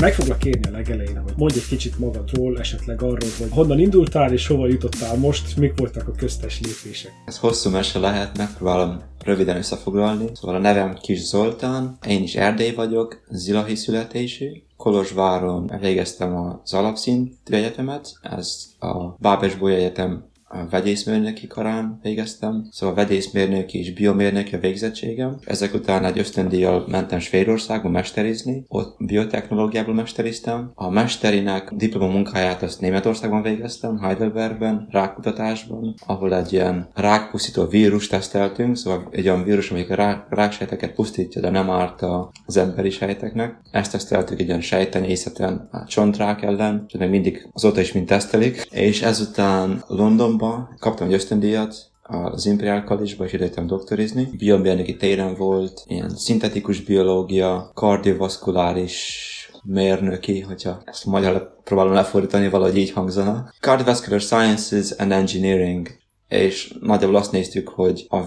Meg foglak kérni a legelején, hogy mondj egy kicsit magadról, esetleg arról, hogy honnan indultál és hova jutottál most, mik voltak a köztes lépések. Ez hosszú mese lehet, megpróbálom röviden összefoglalni. Szóval a nevem Kis Zoltán, én is Erdély vagyok, zilahi születésű. Kolozsváron végeztem az alapszintű egyetemet, ez a Bábes-Bolyai Egyetem a vegyészmérnöki karán végeztem, szóval vegyészmérnöki és biomérnöki a végzettségem. Ezek után egy ösztöndíjjal mentem Svédországba mesterizni, ott biotechnológiából mesteriztem. A mesterinek diplomamunkáját azt Németországban végeztem, Heidelbergben, rákkutatásban, ahol egy ilyen rákpusztító vírus teszteltünk, szóval egy olyan vírus, amelyik a ráksejteket pusztítja, de nem árt az emberi sejteknek. Ezt teszteltük egy ilyen sejtenyészeten a csontrák ellen, és még mindig azóta is mind tesztelik. És ezután Londonban kaptam egy ösztöndíjat az Imperial College-ba, és idejöttem doktorizni. Biomérnöki téren volt, ilyen szintetikus biológia, kardiovaszkuláris mérnöki, hogyha ezt magyarra próbálom lefordítani, valahogy így hangzana. Cardiovascular Sciences and Engineering. És nagyjából azt néztük, hogy a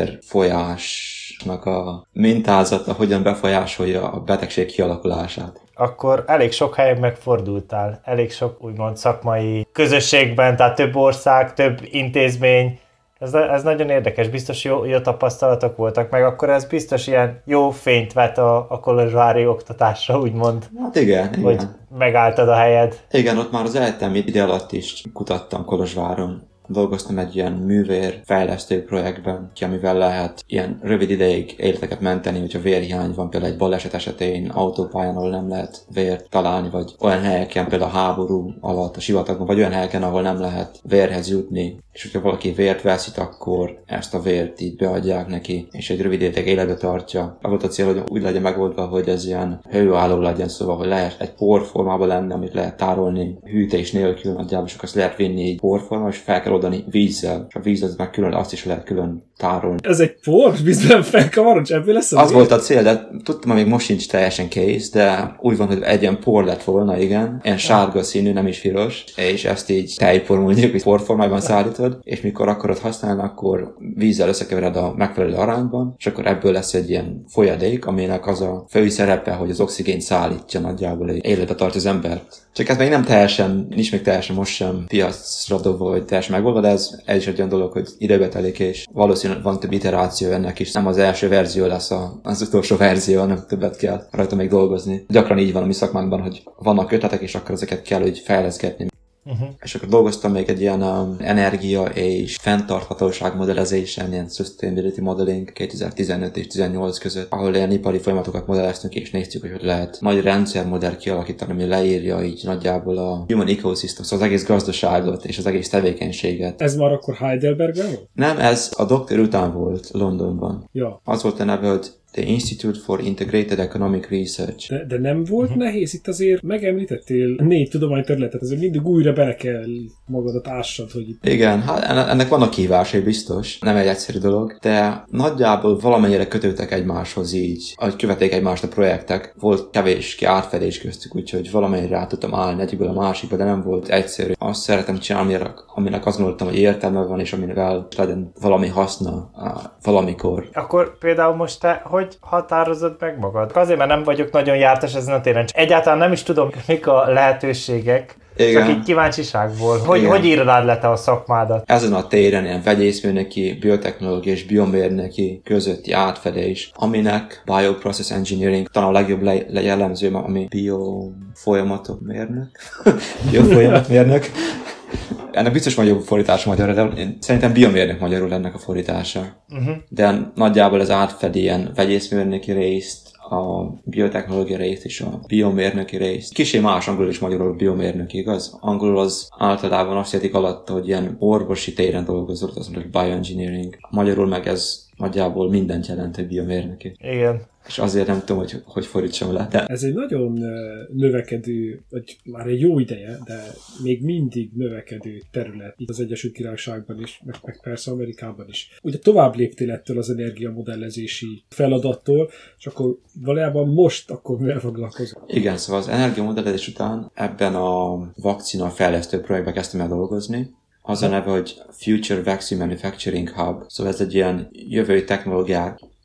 vérfolyásnak a mintázata hogyan befolyásolja a betegség kialakulását. Akkor elég sok helyen megfordultál, elég sok úgymond szakmai közösségben, tehát több ország, több intézmény. Ez nagyon érdekes, biztos jó tapasztalatok voltak, meg akkor ez biztos ilyen jó fényt vet a kolozsvári oktatásra, úgymond. Hát igen. Hogy megálltad a helyed. Igen, ott már az egyetemi ide alatt is kutattam Kolozsváron. Dolgoztam egy ilyen művérfejlesztő projektben, amivel lehet ilyen rövid ideig életeket menteni, hogyha vérhiány van, például egy baleset esetén, autópályán, ahol nem lehet vért találni, vagy olyan helyeken, például a háború alatt, a sivatagban, vagy olyan helyeken, ahol nem lehet vérhez jutni. És hogyha valaki vért veszít, akkor ezt a vért így beadják neki, és egy rövid ideig életbe tartja. Az volt a cél, hogy úgy legyen megoldva, hogy ez ilyen hőálló legyen, szóval, hogy lehet egy porformában lenne, amit lehet tárolni hűtés nélkül, nagyjából, és azt lehet vinni egy porforma, és fel kell oldani vízzel, és a vízzel meg külön, azt is lehet külön tárolni. Ez egy por? Vízben felkavarod, és ebből lesz az volt a cél, de tudtam, hogy még most sincs teljesen kész, de úgy van, hogy egy ilyen por lett volna, igen. Ilyen sárga színű, nem is piros, és ezt így tejpor mondjuk, hogy porformában szállítod, és mikor akarod használni, akkor vízzel összekevered a megfelelő arányban, és akkor ebből lesz egy ilyen folyadék, aminek az a fő szerepe, hogy az oxigént szállítja nagyjából, hogy életbe tart az embert. Csak ez még nem teljesen, nincs még teljesen most sem piacra dobva, vagy teljesen megoldva, de ez is egy olyan dolog, hogy időbe telik, és valószínűleg van több iteráció ennek is. Nem az első verzió lesz az utolsó verzió, hanem többet kell rajta még dolgozni. Gyakran így van a mi szakmánkban, hogy vannak ötletek, és akkor ezeket kell úgy fejleszgetni. És akkor dolgoztam még egy ilyen energia és fenntarthatóság modellezésen, ilyen sustainability modeling 2015 és 2018 között, ahol ilyen ipari folyamatokat modelleztünk, és néztük, hogy lehet nagy rendszermodell kialakítani, ami leírja így nagyjából a human ecosystem, szóval az egész gazdaságot és az egész tevékenységet. Ez már akkor Heidelbergben volt? Nem, ez a doktor után volt Londonban. Ja. Az volt a neve, hogy The Institute for Integrated Economic Research. De nem volt nehéz? Itt azért megemlítettél 4 tudományterületet, azért mindig újra bele kell magadat ássad, hogy itt... Igen, hát ennek vannak kihívásai biztos, nem egy egyszerű dolog, de nagyjából valamennyire kötődtek egymáshoz így, ahogy követték egymást a projektek. Volt kevés átfedés köztük, úgyhogy valamennyire rá tudtam állni egyikből a másikba, de nem volt egyszerű. Azt szeretem csinálni, aminek azt gondoltam, hogy értelme van, és aminek legyen valami haszna valamikor. Akkor például most te hogy határozod meg magad? Azért, mert nem vagyok nagyon jártas ezen a téren. Egyáltalán nem is tudom, mik a lehetőségek. Igen. Csak így kíváncsiságból. Hogy írnád le te a szakmádat? Ezen a téren ilyen vegyészmérnöki, biotechnológia és biomérnöki közötti átfedés, aminek bioprocess engineering talán a legjobb jellemző, ami biofolyamatmérnök. Biofolyamatmérnök. Ennek biztos van jobb fordítás magyarra, de én szerintem biomérnök magyarul ennek a fordítása. De nagyjából ez átfedi ilyen vegyészmérnöki részt, a biotechnológia részt és a biomérnöki részt. Kicsi más angolul is magyarul biomérnöki, igaz? Angolul az általában azt értik alatt, hogy ilyen orvosi téren dolgozol, az mondjuk bioengineering. Magyarul meg ez nagyjából mindent jelent, hogy biomérnöki. Igen. És azért nem tudom, hogy fordítsam le. De... Ez egy nagyon növekedő, vagy már egy jó ideje, de még mindig növekedő terület itt az Egyesült Királyságban is, meg persze Amerikában is. Ugye tovább léptél ettől az energiamodellezési feladattól, és akkor valójában most akkor mivel foglalkozol? Igen, szóval az energiamodellezés után ebben a vakcina fejlesztő projektben kezdtem el dolgozni. Az a neve, hogy Future Vaccine Manufacturing Hub. Szóval ez egy ilyen jövői technológiák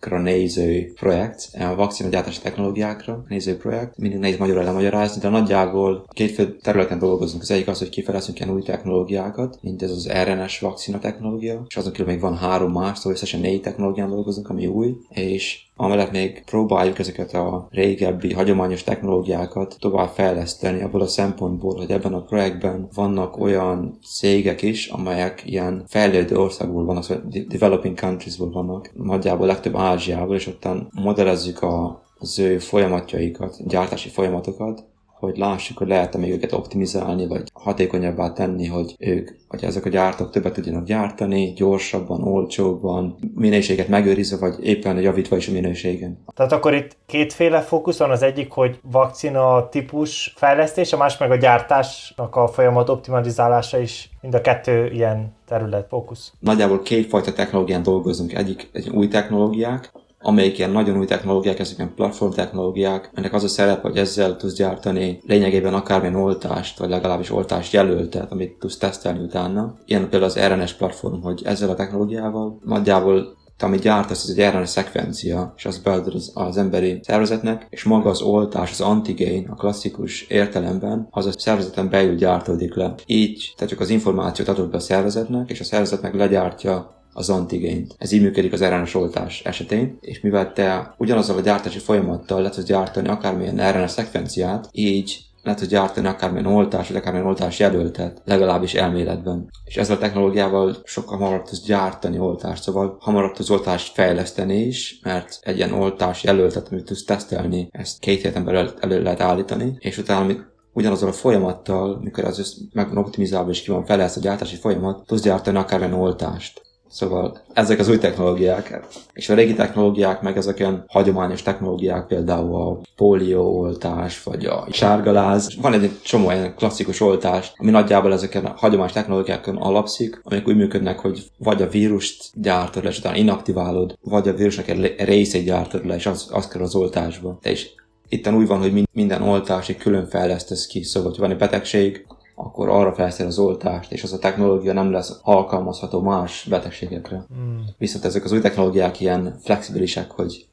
néző projekt, a vakcinagyártási technológiákra néző projekt. Mindig nehéz magyarul lemagyarázni, de nagyjából két fő területen dolgozunk. Az egyik az, hogy kifejlesztünk ilyen új technológiákat, mint ez az RNS vakcina technológia, és azon kívül még van 3 más, szóval összesen 4 technológián dolgozunk, ami új, és amellett még próbáljuk ezeket a régebbi, hagyományos technológiákat tovább fejleszteni abból a szempontból, hogy ebben a projektben vannak olyan cégek is, amelyek ilyen fejlődő országból vannak, szóval developing countries-ból vannak, nagyjából legtöbb Ázsiából, és ottan modellezzük az ő folyamatjaikat, gyártási folyamatokat, hogy lássuk, hogy lehet-e még őket optimizálni, vagy hatékonyabbá tenni, hogy ők, vagy ezek a gyártók többet tudjanak gyártani, gyorsabban, olcsóbban, minőséget megőrizve, vagy éppen javítva is a minőségen. Tehát akkor itt kétféle fókusz van, az egyik, hogy vakcina típus fejlesztés, a másik meg a gyártásnak a folyamat optimalizálása is, mind a kettő ilyen terület fókusz. Nagyjából 2 fajta technológián dolgozunk. Egyik új technológiák, amelyik ilyen nagyon új technológiák, ezek ilyen platform technológiák, ennek az a szerep, hogy ezzel tudsz gyártani lényegében akármilyen oltást, vagy legalábbis oltást jelöltet, amit tudsz tesztelni utána. Ilyen például az RNS platform, hogy ezzel a technológiával nagyjából te, amit gyártasz, ez egy RNS szekvencia, és azt beadod az emberi szervezetnek, és maga az oltás, az antigén, a klasszikus értelemben, az a szervezeten belül gyártódik le. Így te csak az információt adod be a szervezetnek, és a szervezet meg legyártja az antigént. Ez így működik az RNS oltás esetén, és mivel te ugyanazzal a gyártási folyamattal le tudsz gyártani akármilyen RNS szekvenciát, így le tudsz gyártani akármilyen oltás, vagy akármilyen oltás jelöltet, legalábbis elméletben. És ezzel a technológiával sokkal hamarabb tudsz gyártani oltást, szóval hamarabb tudsz oltást fejleszteni is, mert egy ilyen oltás jelöltet, amit tudsz tesztelni, ezt 2 héten belül elő lehet állítani, és utána ugyanazzal a folyamattal, mikor az meg van optimizálva és ki van fejlesztve a gyártási folyamat, tudsz gyártani akármilyen oltást. Szóval ezek az új technológiák. És a régi technológiák meg ezek olyan hagyományos technológiák, például a polióoltás, vagy a sárgaláz. Van egy csomó ilyen klasszikus oltás, ami nagyjából ezeken a hagyományos technológiákon alapszik, amik úgy működnek, hogy vagy a vírust gyártod le, és utána inaktiválod, vagy a vírusnak egy részét gyártod le, és az kerül az oltásba. És itten úgy van, hogy minden oltásig külön fejlesztesz ki, szóval, hogy van egy betegség, akkor arra fejleszted az oltást, és az a technológia nem lesz alkalmazható más betegségekre. Viszont ezek az új technológiák ilyen flexibilisek, hogy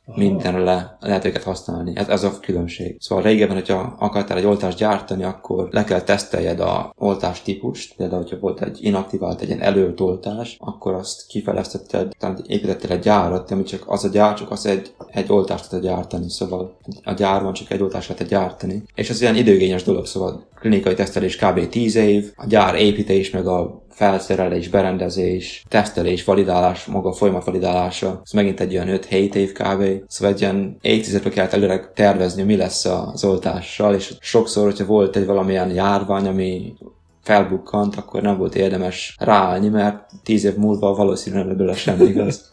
mindenre lehet őket használni. Ez a különbség. Szóval régebben, hogyha akartál egy oltást gyártani, akkor le kell teszteljed a oltás típust. Például, hogyha volt egy inaktivált, egy ilyen előtt oltás, akkor azt kifejlesztetted, tehát építettél egy gyárat, ami csak az a gyár, csak az egy oltást tud gyártani. Szóval a gyárban csak egy oltást lehet gyártani. És ez ilyen időgényes dolog, szóval klinikai tesztelés kb. 10 év, a gyár építés, meg a felszerelés, berendezés, tesztelés, validálás, maga a folyamat validálása, ez megint egy olyan 5-7 év kb. Szóval egy ilyen évtizedbe kellett előre tervezni, mi lesz az oltással, és sokszor, hogyha volt egy valamilyen járvány, ami felbukkant, akkor nem volt érdemes ráállni, mert 10 év múlva valószínűleg ebből semmi igaz.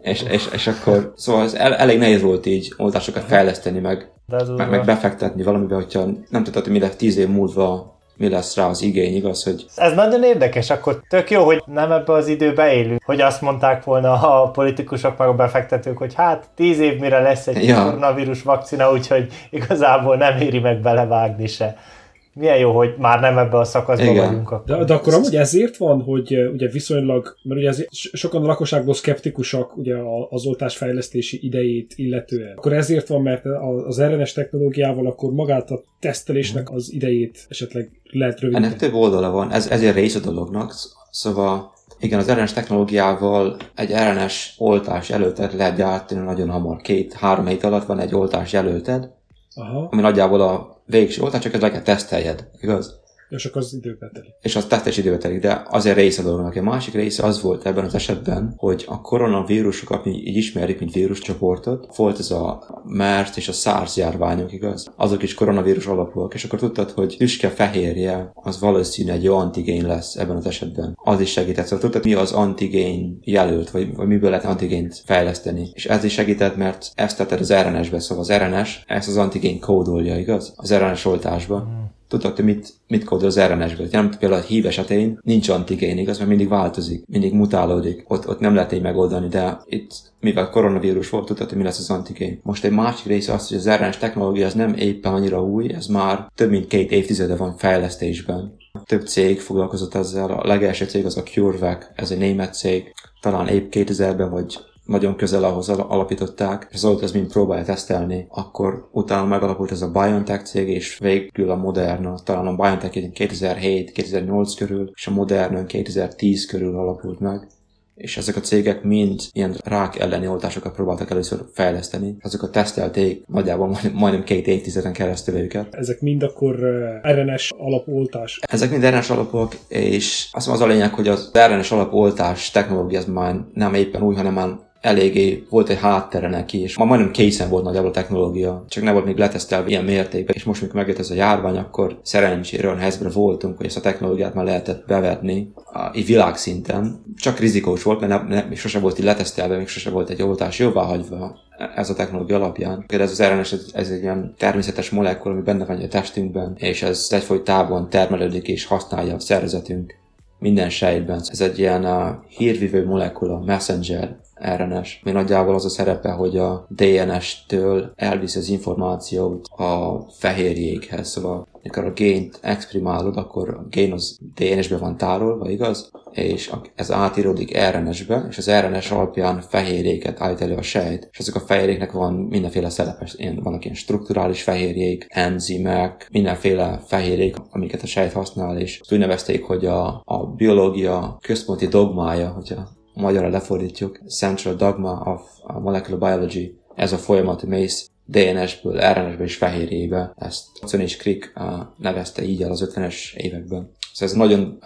és akkor, szóval ez elég nehéz volt így oltásokat fejleszteni, meg befektetni valamiben, hogyha nem tudtad, hogy mi lesz 10 év múlva, mi lesz rá az igény, igaz, hogy... Ez nagyon érdekes, akkor tök jó, hogy nem ebbe az időbe élünk, hogy azt mondták volna a politikusok meg a befektetők, hogy hát 10 év mire lesz egy koronavírus vakcina, úgyhogy igazából nem éri meg belevágni se. Milyen jó, hogy már nem ebbe a szakaszban vagyunk. Akkor. De akkor amúgy ezért van, hogy ugye viszonylag, mert ugye sokan a lakosságból szkeptikusak ugye az oltás fejlesztési idejét illetően. Akkor ezért van, mert az RNS technológiával akkor magát a tesztelésnek az idejét esetleg lehet rövidíteni. Ennek több oldala van, ez ezért rész a dolognak, szóval igen, az RNS technológiával egy RNS oltás jelöltet lehet gyártani nagyon hamar. 2-3 hét alatt van egy oltás jelölted, ami nagyjából a végső oltás, csak ezt le kell teszteljed, igaz? És akkor az időbe telik. És az tesztes időbe telik, de azért része dolognak. A másik része az volt ebben az esetben, hogy a koronavírusokat mi így ismerjük, mint víruscsoportot. Volt ez a MERS és a SARS járványok, igaz? Azok is koronavírus alapúak, és akkor tudtad, hogy tüske fehérje az valószínű egy jó antigén lesz ebben az esetben. Az is segített, szóval tudtad, mi az antigén jelölt, vagy miből lehet antigént fejleszteni. És ez is segített, mert ezt tetted az RNS-be, szóval az RNS ezt az antigén kódolja, igaz? Az RNS oltásba. Tudod, hogy mit kódol az RNS-ből. Nem, például a HIV esetén nincs antigén, igaz, mert mindig változik, mindig mutálódik. Ott nem lehet így megoldani, de itt, mivel koronavírus volt, tudod, hogy mi lesz az antigén. Most egy másik része az, hogy az RNS technológia az nem éppen annyira új, ez már több mint 2 évtizede van fejlesztésben. Több cég foglalkozott ezzel, a legelső cég az a CureVac, ez egy német cég, talán épp 2000-ben vagy nagyon közel ahhoz alapították, és az Zoltán mind próbálja tesztelni, akkor utána megalapult ez a BioNTech cég, és végül a Moderna, talán a BioNTech 2007-2008 körül, és a Moderna 2010 körül alapult meg. És ezek a cégek mind ilyen rák elleni oltásokat próbáltak először fejleszteni. Azokat tesztelték nagyjából majdnem 2 évtizeden keresztül őket. Ezek mind akkor RNS alapoltás? Ezek mind RNS alapok, és azt mondom, az a lényeg, hogy az RNS alapoltás technológia az már nem éppen új, hanem már eléggé volt egy háttere neki, és ma majdnem készen volt nagyjából a technológia, csak nem volt még letesztelve ilyen mértékben, és most, mikor megjött ez a járvány, akkor szerencsére olyan helyzetben voltunk, hogy ezt a technológiát már lehetett bevetni így világszinten. Csak rizikós volt, mert még sose volt így letesztelve, még sose volt egy oltás jóváhagyva ez a technológia alapján. Ez az RNS, ez egy ilyen természetes molekula, ami benne van a testünkben, és ez egyfolytában termelődik és használja a szervezetünk minden sejtben. Ez egy ilyen hírvívő molekula, messenger RNS. Még nagyjából az a szerepe, hogy a DNS-től elviszi az információt a fehérjékhez. Szóval, amikor a gént exprimálod, akkor a gén az DNS-be van tárolva, igaz? És ez átíródik RNS-be, és az RNS alapján fehérjéket állít elő a sejt. És ezek a fehérjéknek van mindenféle szerepe. Vannak ilyen strukturális fehérjék, enzimek, mindenféle fehérjék, amiket a sejt használ, és úgy nevezték, hogy a biológia központi dogmája, hogyha magyarra lefordítjuk, Central Dogma of Molecular Biology, ez a folyamat, hogy mész DNS-ből, RNS-be és fehérjébe. Ezt Watson és Crick nevezte így el az 50-es években. Szóval ez nagyon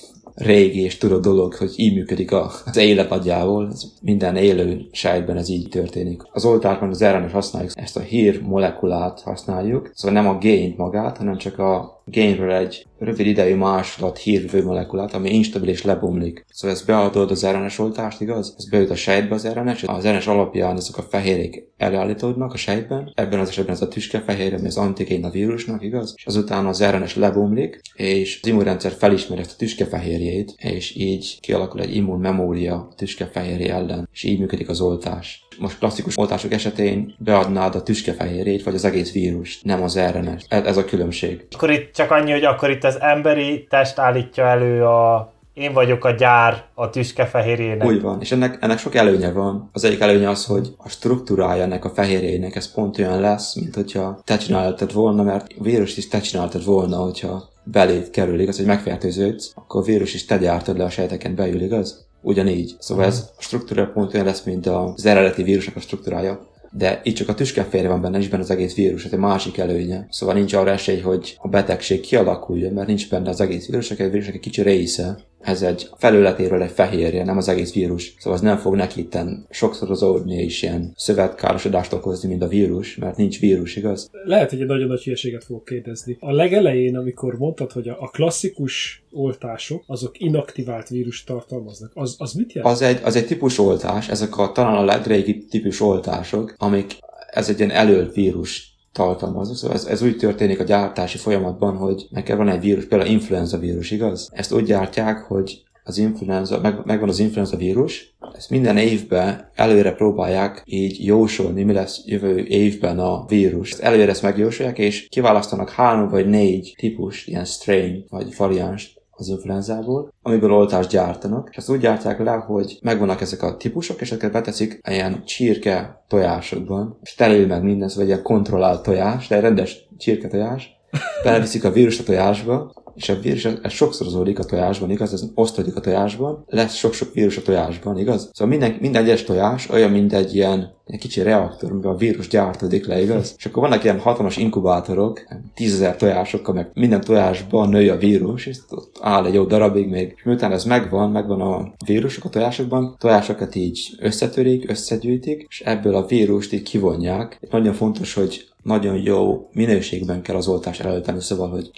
régi és tudott dolog, hogy így működik az élet nagyjából. Minden élő sejtben ez így történik. Az oltásban az RNS használjuk, ezt a hír molekulát használjuk, szóval nem a gént magát, hanem csak a génről egy rövid idejű másolat hírvő molekulát, ami instabil és lebomlik. Szóval ezt beadod az RNS oltást, igaz? Ez bejut a sejtbe az RNS, az RNS alapján ezek a fehérjék előállítódnak a sejtben. Ebben az esetben ez a tüskefehérje, ami az antigén a vírusnak, igaz? És azután az RNS lebomlik, és az immunrendszer felismeri ezt a tüskefehérjét, és így kialakul egy immunmemória a tüskefehérje ellen, és így működik az oltás. Most klasszikus oltások esetén beadnád a tüskefehérjét, vagy az egész vírust, nem az RNS. Ez a különbség. Akkor itt csak annyi, hogy akkor itt az emberi test állítja elő én vagyok a gyár a tüskefehérjének. Úgy van, és ennek sok előnye van. Az egyik előnye az, hogy a struktúrája ennek a fehérjének ez pont olyan lesz, mint hogyha te csináltad volna, mert a vírust is te csináltad volna, hogyha beléd kerül, igaz, hogy megfertőződsz, akkor a vírus is te gyártad le a sejteken belül, igaz? Ugyanígy. Szóval ez a struktúra pont olyan lesz, mint az eredeti vírusnak a struktúrája. De itt csak a tüskefehérje van benne, nincs benne az egész vírus, ez egy másik előnye. Szóval nincs arra esély, hogy a betegség kialakuljon, mert nincs benne az egész vírus, csak egy vírusnak egy kicsi része. Ez egy felületéről egy fehérje, nem az egész vírus. Szóval az nem fog neki itten sokszorozódni és ilyen szövetkárosodást okozni, mint a vírus, mert nincs vírus, igaz? Lehet, hogy egy nagyon nagy hülyeséget fogok kérdezni. A legelején, amikor mondtad, hogy a klasszikus oltások, azok inaktivált vírust tartalmaznak, az mit jelent? Az egy típus oltás, ezek talán a legrégi típus oltások, amik ez egy ilyen előtt vírus tartalmaznak. Szóval ez úgy történik a gyártási folyamatban, hogy neked van egy vírus, például influenza vírus, igaz? Ezt úgy gyártják, hogy az influenza, megvan az influenza vírus, ezt minden évben előre próbálják így jósolni, mi lesz jövő évben a vírus. Előre ezt megjósolják, és kiválasztanak 3 vagy 4 típus, ilyen strain, vagy variáns az influenzából, amiből oltást gyártanak, és azt úgy gyártják le, hogy megvannak ezek a típusok, és ezeket beteszik ilyen csirke tojásokban, és terül meg minden, szóval egy ilyen kontrollált tojás, de egy rendes csirke tojás, beleviszik a vírust a tojásba, és a vírus ez sokszorozódik a tojásban, igaz? Ez osztódik a tojásban, lesz sok-sok vírus a tojásban, igaz? Szóval minden egyes tojás olyan, mint egy ilyen kicsi reaktor, amiben a vírus gyártódik le, igaz? És akkor vannak ilyen hatalmas inkubátorok, 10 000 tojásokkal, meg minden tojásban nő a vírus, és ott áll egy jó darabig még. És miután ez megvan a vírusok a tojásokban, tojásokat így összetörik, összegyűjtik, és ebből a vírust így kivonják. Nagyon fontos, hogy nagyon jó minőségben kell az oltás előtenni, szóval, hogy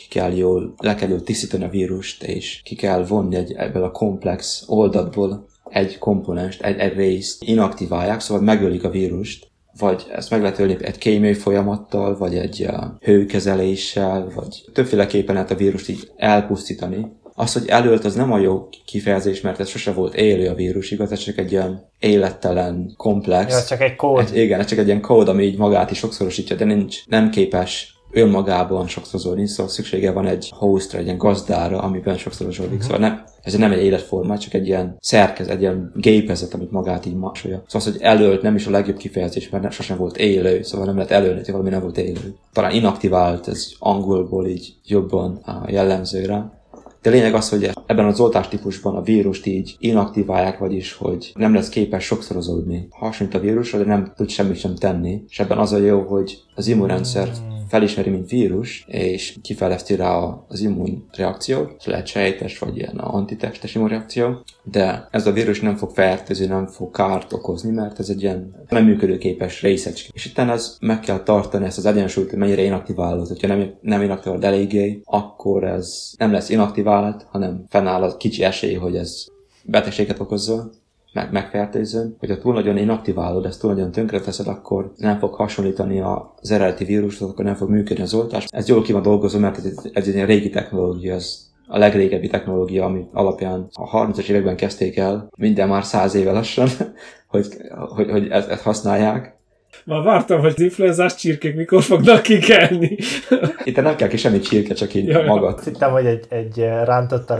le kell jól tisztítani a vírust, és ki kell vonni ebből a komplex oldatból egy komponenst, egy részt, inaktiválják, szóval megölik a vírust, vagy ezt meg lehet ölni egy kémiai folyamattal, vagy egy hőkezeléssel, vagy többféleképpen lehet a vírust így elpusztítani. Az, hogy előtt, az nem a jó kifejezés, mert ez sose volt élő a vírus, igaz? Ez csak egy ilyen élettelen komplex. Ja, csak egy kód. Igen, ez csak egy ilyen kód, ami így magát is sokszorosítja, de nem képes önmagában sokszorozódni, szóval szüksége van egy hostra, egy ilyen gazdára, amiben sokszorozódik. Szóval ez nem egy életforma, csak egy ilyen szerkezet, egy ilyen gépezet, amit magát így másolja. Szóval az, hogy előtt nem is a legjobb kifejezés, mert sosem volt élő, szóval nem lehet előni, hogy valami nem volt élő. Talán inaktivált, ez angolból így jobban jellemző rá. De lényeg az, hogy ebben az oltástípusban a vírust így inaktiválják, vagyis, hogy nem lesz képes sokszorozódni. Hasonlít a vírusra, de nem tud semmit sem tenni. És ebben az a jó, hogy az immunrendszer felismeri, mint vírus, és kifejleszti rá az immunreakciót. Ez lehet sejtes, vagy ilyen antitestes immunreakció. De ez a vírus nem fog fertőzni, nem fog kárt okozni, mert ez egy ilyen nem működőképes részecske. És itt ez meg kell tartani ezt az egyensúlyt, hogy mennyire inaktiválod. Ha nem inaktiválod eléggé, akkor ez nem lesz inaktivált, hanem fennáll a kicsi esély, hogy ez betegséget okozzon, megfertőzön. Hogyha túl nagyon inaktiválod, ezt túl nagyon tönkreteszed, akkor nem fog hasonlítani az eredeti vírushoz, akkor nem fog működni az oltás. Ez jól ki van dolgozva, mert ez egy ilyen régi technológia, ez a legrégebbi technológia, ami alapján a 30-as években kezdték el, minden már 100 éve lassan, hogy ezt használják. Már vártam, hogy az influenzás csirkék mikor fognak kikelni. Itt nem kell ki semmi csirke, csak így magad. Azt hittem, hogy egy rántottan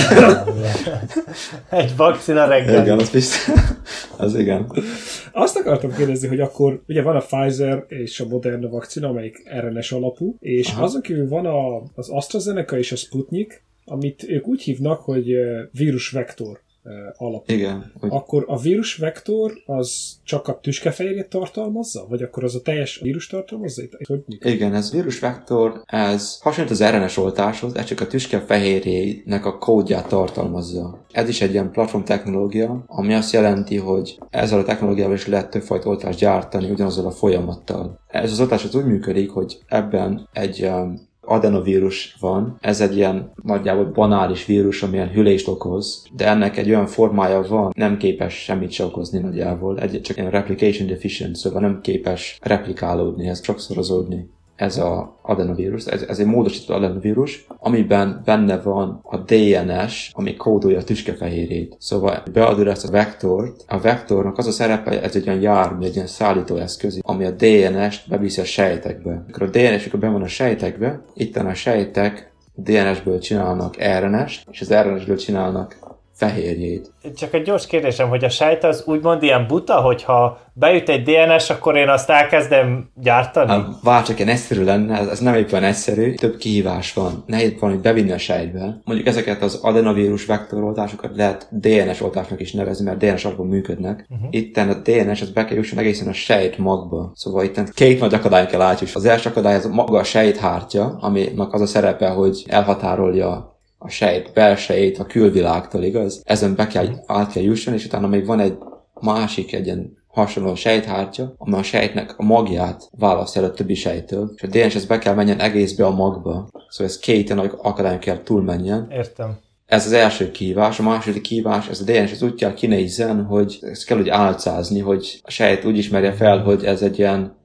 egy vakcina reggel. Igen, az biztos. Az igen. Azt akartam kérdezni, hogy akkor ugye van a Pfizer és a Moderna vakcina, amelyik RNS alapú, és azon kívül van az AstraZeneca és a Sputnik, amit ők úgy hívnak, hogy vírusvektor alapú. Igen. Akkor a vírusvektor az csak a tüskefehérjét tartalmazza? Vagy akkor az a teljes vírus tartalmazza? Igen, ez vírusvektor, ez hasonlít az RNS oltáshoz, ez csak a tüskefehérjének a kódját tartalmazza. Ez is egy ilyen platform technológia, ami azt jelenti, hogy ezzel a technológiával is lehet többfajta oltást gyártani ugyanazzal a folyamattal. Ez az oltás az úgy működik, hogy ebben egy adenovírus van, ez egy ilyen nagyjából banális vírus, amilyen hűlést okoz, de ennek egy olyan formája van, nem képes semmit se okozni nagyjából, csak ilyen replication deficient, szóval nem képes replikálódni, ez sokszorozódni. Ez az adenovírus, ez egy módosított adenovírus, amiben benne van a DNS, ami kódolja a tüskefehérjét. Szóval beadod ezt a vektort, a vektornak az a szerepe, ez egy olyan jármű, egy ilyen szállítóeszköz, ami a DNS-t beviszi a sejtekbe. Akkor a DNS, amikor be van a sejtekbe, itten a sejtek DNS-ből csinálnak RNS-t, és az RNS-ből csinálnak fehérjét. Csak egy gyors kérdésem, hogy a sejt az úgymond ilyen buta, hogyha beüt egy DNS, akkor én azt elkezdem gyártani? Vár csak ilyen egyszerű lenne, ez nem éppen egyszerű, több kihívás van. Nehéz valamit bevinni a sejtbe. Mondjuk ezeket az adenovírus vektoroltásokat lehet DNS oltásnak is nevezni, mert DNS alapon működnek. Itten a DNS az be kell jusson egészen a sejt magba. Szóval itten két nagy akadály kell átjusni. Az első akadály az maga a sejthártya, aminek az a szerepe, hogy elhatárolja a sejt belsejét a külvilágtól, igaz? Ezen át kell jusson, és utána még van egy másik, egy ilyen hasonló sejthártya, amely a sejtnek a magját választja el a többi sejtől, és a DNS be kell menjen egészbe a magba. Szóval ez két ilyen akadályon kell túlmenjen. Értem. Ez az első kihívás, a második kihívás, ez a DNS az úgy kell kinézzen, hogy ezt kell úgy álcázni, hogy a sejt úgy ismerje fel, hogy ez egy ilyen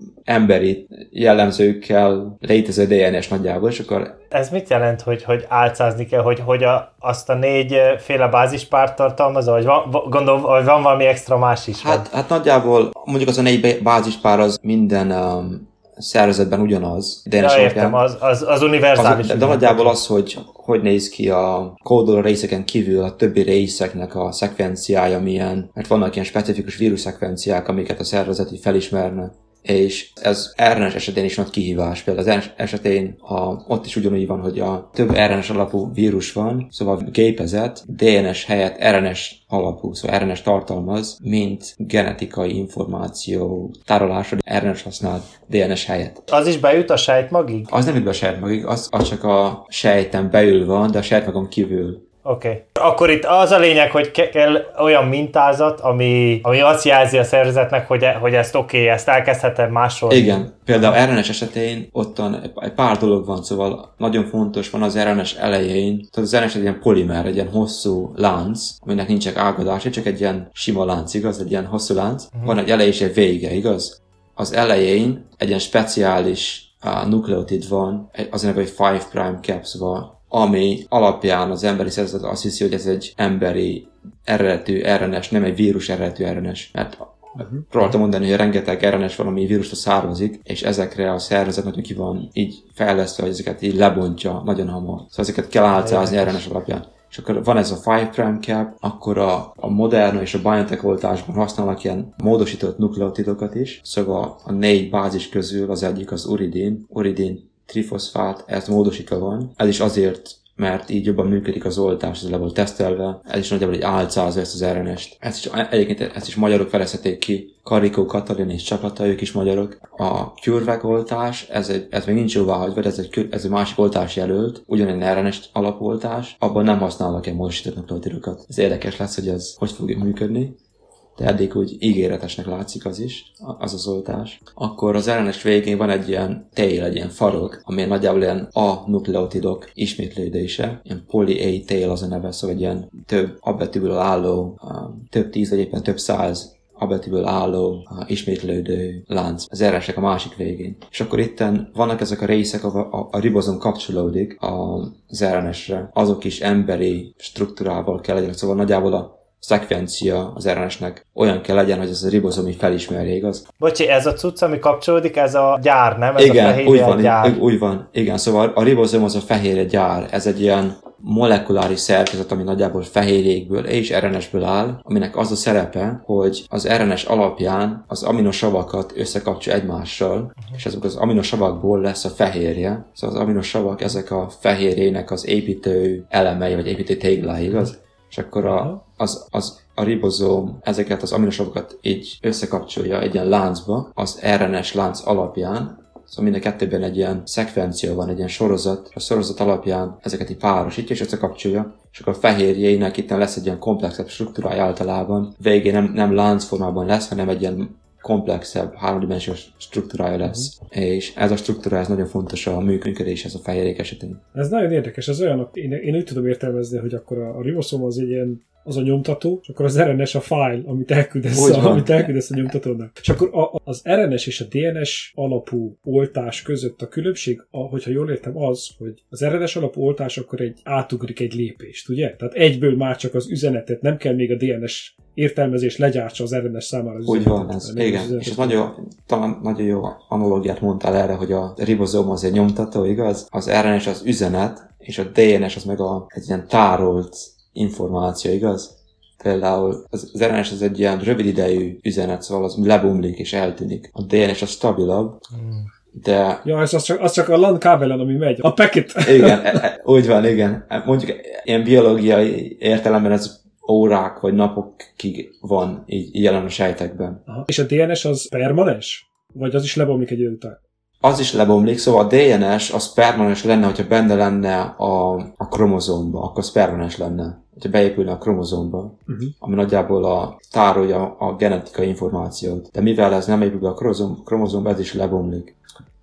emberi jellemzőkkel létező DNS nagyjából, és akkor... Ez mit jelent, hogy álcázni kell, hogy azt a 4 féle bázispárt tartalmazza, vagy gondolom, hogy van valami extra más is? Hát nagyjából mondjuk az a 4 bázispár az minden szervezetben ugyanaz. Ja, értem, az univerzális. De nagyjából az, hogy néz ki a kódoló részeken kívül a többi részeknek a szekvenciája milyen, mert vannak ilyen specifikus vírusszekvenciák, amiket a szervezet így felismerne. És ez RNS esetén is nagy kihívás. Például az RNS esetén ott is ugyanúgy van, hogy a több RNS alapú vírus van, szóval gépezet DNS helyett RNS alapú, szóval RNS tartalmaz, mint genetikai információ tárolásra RNS használ DNS helyett. Az is bejut a sejtmagig? Az nem jut be a sejtmagig, az csak a sejten belül van, de a sejtmagon kívül. Oké. Akkor itt az a lényeg, hogy kell olyan mintázat, ami azt jelzi a szervezetnek, hogy ezt ezt elkezdhetem másolni. Igen. Például RNS esetén ottan egy pár dolog van, szóval nagyon fontos van az RNS elején. Tehát az RNS egy ilyen polimer, egy ilyen hosszú lánc, aminek nincsenek ágadása, csak egy ilyen sima lánc, igaz? Egy ilyen hosszú lánc. Van egy eleje és egy vége, igaz? Az elején egy ilyen speciális nukleotid van, az neve, hogy 5' capsule, ami alapján az emberi szervezet azt hiszi, hogy ez egy emberi eredetű RNS, nem egy vírus eredetű RNS. Mert próbáltam mondani, hogy rengeteg RNS valami vírusra származik, és ezekre a szervezet nagyon ki van így fejlesztve, hogy ezeket így lebontja nagyon hamar. Szóval ezeket kell álcázni RNS alapján. És akkor van ez a 5' cap, akkor a Moderna és a BioNTech oltásban használnak ilyen módosított nukleotidokat is. Szóval a 4 bázis közül az egyik az uridin trifoszfát, ez módosítva van. Ez is azért, mert így jobban működik az oltás, ez le volt tesztelve, ez is nagyjából egy álcázza ezt az RNS-t. Ezt is magyarok felezheték ki, Karikó Katalin és csapata, ők is magyarok. A CureVac oltás, ez még nincs jóváhagyva, de ez egy másik oltás jelölt, ugyanilyen RNS alapoltás, abban nem használnak ilyen módosított nukleotidokat. Ez érdekes lesz, hogy ez hogy fog működni. De eddig úgy ígéretesnek látszik az oltás. Akkor az RNS végén van egy ilyen tail, egy ilyen farok, ami nagyjából ilyen A nukleotidok ismétlődése. Ilyen poly-A tail az a neve, szóval egy ilyen több abetűből álló, több 10 vagy éppen több 100 abetűből álló, ismétlődő lánc. Az RNS-nek a másik végén. És akkor itten vannak ezek a részek, ahol a ribozom kapcsolódik az RNS-re. Azok is emberi struktúrával kell legyenek, szóval nagyjából a szekvencia az RNS-nek olyan kell legyen, hogy ez a ribozomi felismerje, igaz? Bocsi, ez a cucc, ami kapcsolódik, ez a gyár, nem? Ez igen, a fehérje gyár. Úgy van. Igen, szóval a ribozom az a fehérje gyár. Ez egy ilyen molekuláris szerkezet, ami nagyjából fehérjékből és RNS-ből áll, aminek az a szerepe, hogy az RNS alapján az aminosavakat összekapcsol egymással, és ezek az aminosavakból lesz a fehérje. Szóval az aminosavak ezek a fehérjének az építő elemei, vagy építő téglái, igaz? És akkor a ribozóm ezeket az aminosavokat így összekapcsolja egy ilyen láncba, az RNS lánc alapján, szóval mind a kettőben egy ilyen szekvencia van, egy ilyen sorozat, a sorozat alapján ezeket így párosítja és összekapcsolja, és akkor a fehérjének itt lesz egy ilyen komplexebb struktúrája általában, végén nem láncformában lesz, hanem egy ilyen komplexebb, háromdimenziós struktúrája lesz. És ez a struktúra, ez nagyon fontos a működéshez a fehérjék esetén. Ez nagyon érdekes, ez olyan, én úgy tudom értelmezni, hogy akkor a riboszóm az egy ilyen, az a nyomtató, és akkor az RNS a file, amit elküldesz a nyomtatónak. És akkor az RNS és a DNS alapú oltás között a különbség, hogyha jól értem, az, hogy az RNS alapú oltás akkor átugrik egy lépést, ugye? Tehát egyből már csak az üzenetet, nem kell még a DNS értelmezés legyártsa az RNS számára az üzenetet. Úgy van, ez, igen. És ez nagyon jó analógiát mondtál erre, hogy a ribozóm az egy nyomtató, igaz? Az RNS az üzenet, és a DNS az meg egy ilyen tárolt információ, igaz? Például az RNS az egy ilyen rövid idejű üzenet, szóval az lebomlik és eltűnik. A DNS az stabilabb, de... Ja, az csak a LAN kábelen, ami megy. A packet! Igen, úgy van, igen. Mondjuk ilyen biológiai értelemben ez órák vagy napokig van így jelen a sejtekben. Aha. És a DNS az permanens? Vagy az is lebomlik egy idő után? Az is lebomlik, szóval a DNS az permanens lenne, hogyha benne lenne a kromozomba, akkor az permanens lenne, hogyha beépülne a kromozomba, ami nagyjából tárolja a genetikai információt. De mivel ez nem épül be a kromozomba, ez is lebomlik.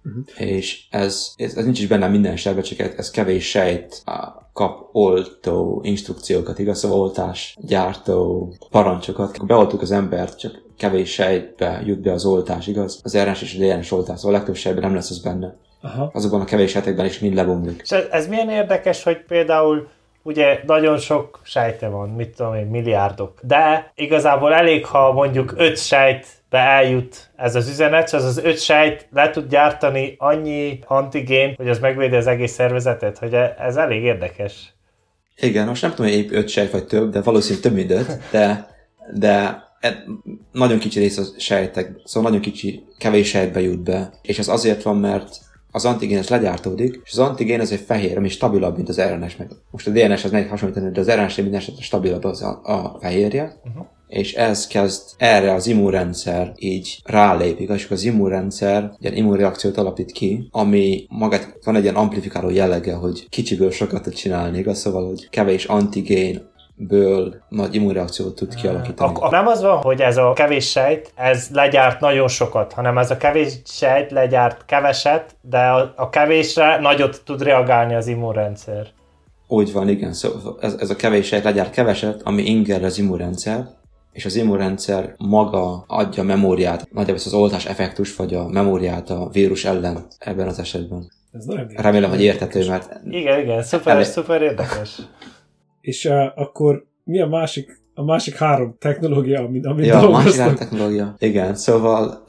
És ez nincs is benne minden sejtben, csak ez kevés sejt kap oltó instrukciókat, igaz? Szóval oltás, gyártó parancsokat. Beoltuk az embert, csak kevés sejtbe jut be az oltás, igaz? Az RNS és a DNS oltás, szóval a legtöbb sejtben nem lesz az benne. Aha. Azokban a kevés sejtekben is mind lebomlik. És ez milyen érdekes, hogy például ugye nagyon sok sejte van, mit tudom én, milliárdok. De igazából elég, ha mondjuk 5 sejtbe eljut ez az üzenet, és az 5 sejt le tud gyártani annyi antigén, hogy az megvédi az egész szervezetet, hogy ez elég érdekes. Igen, most nem tudom, hogy épp 5 sejt vagy több, de valószínűleg több mint 5, de nagyon kicsi rész a sejtek, szóval nagyon kicsi, kevés sejtbe jut be. És ez azért van, mert az antigén az legyártódik, és az antigén az egy fehér, ami stabilabb, mint az RNS. Meg. Most a DNS az nehéz hasonlítani, de az RNS minden esetben stabilabb az a fehérje, és ez kezd erre az immunrendszer így rálépik, és az immunrendszer ilyen immunreakciót alapít ki, ami magát van egy ilyen amplifikáló jellege, hogy kicsiből sokat tud csinálni, igaz? Szóval, hogy kevés antigénből nagy immunreakciót tud kialakítani. Nem az van, hogy ez a kevés sejt, ez legyárt nagyon sokat, hanem ez a kevés sejt legyárt keveset, de a kevésre nagyot tud reagálni az immunrendszer. Úgy van, igen. Szóval ez a kevés sejt legyárt keveset, ami inger az immunrendszer, és az immunrendszer maga adja a memóriát, nagyjából az oltás effektus, vagy a memóriát a vírus ellen ebben az esetben. Ez nagyon remélem, hogy érthető, mert... Igen, szuper érdekes. És akkor mi a másik, A másik 3 technológia, amit a másik 3 technológia. Igen, szóval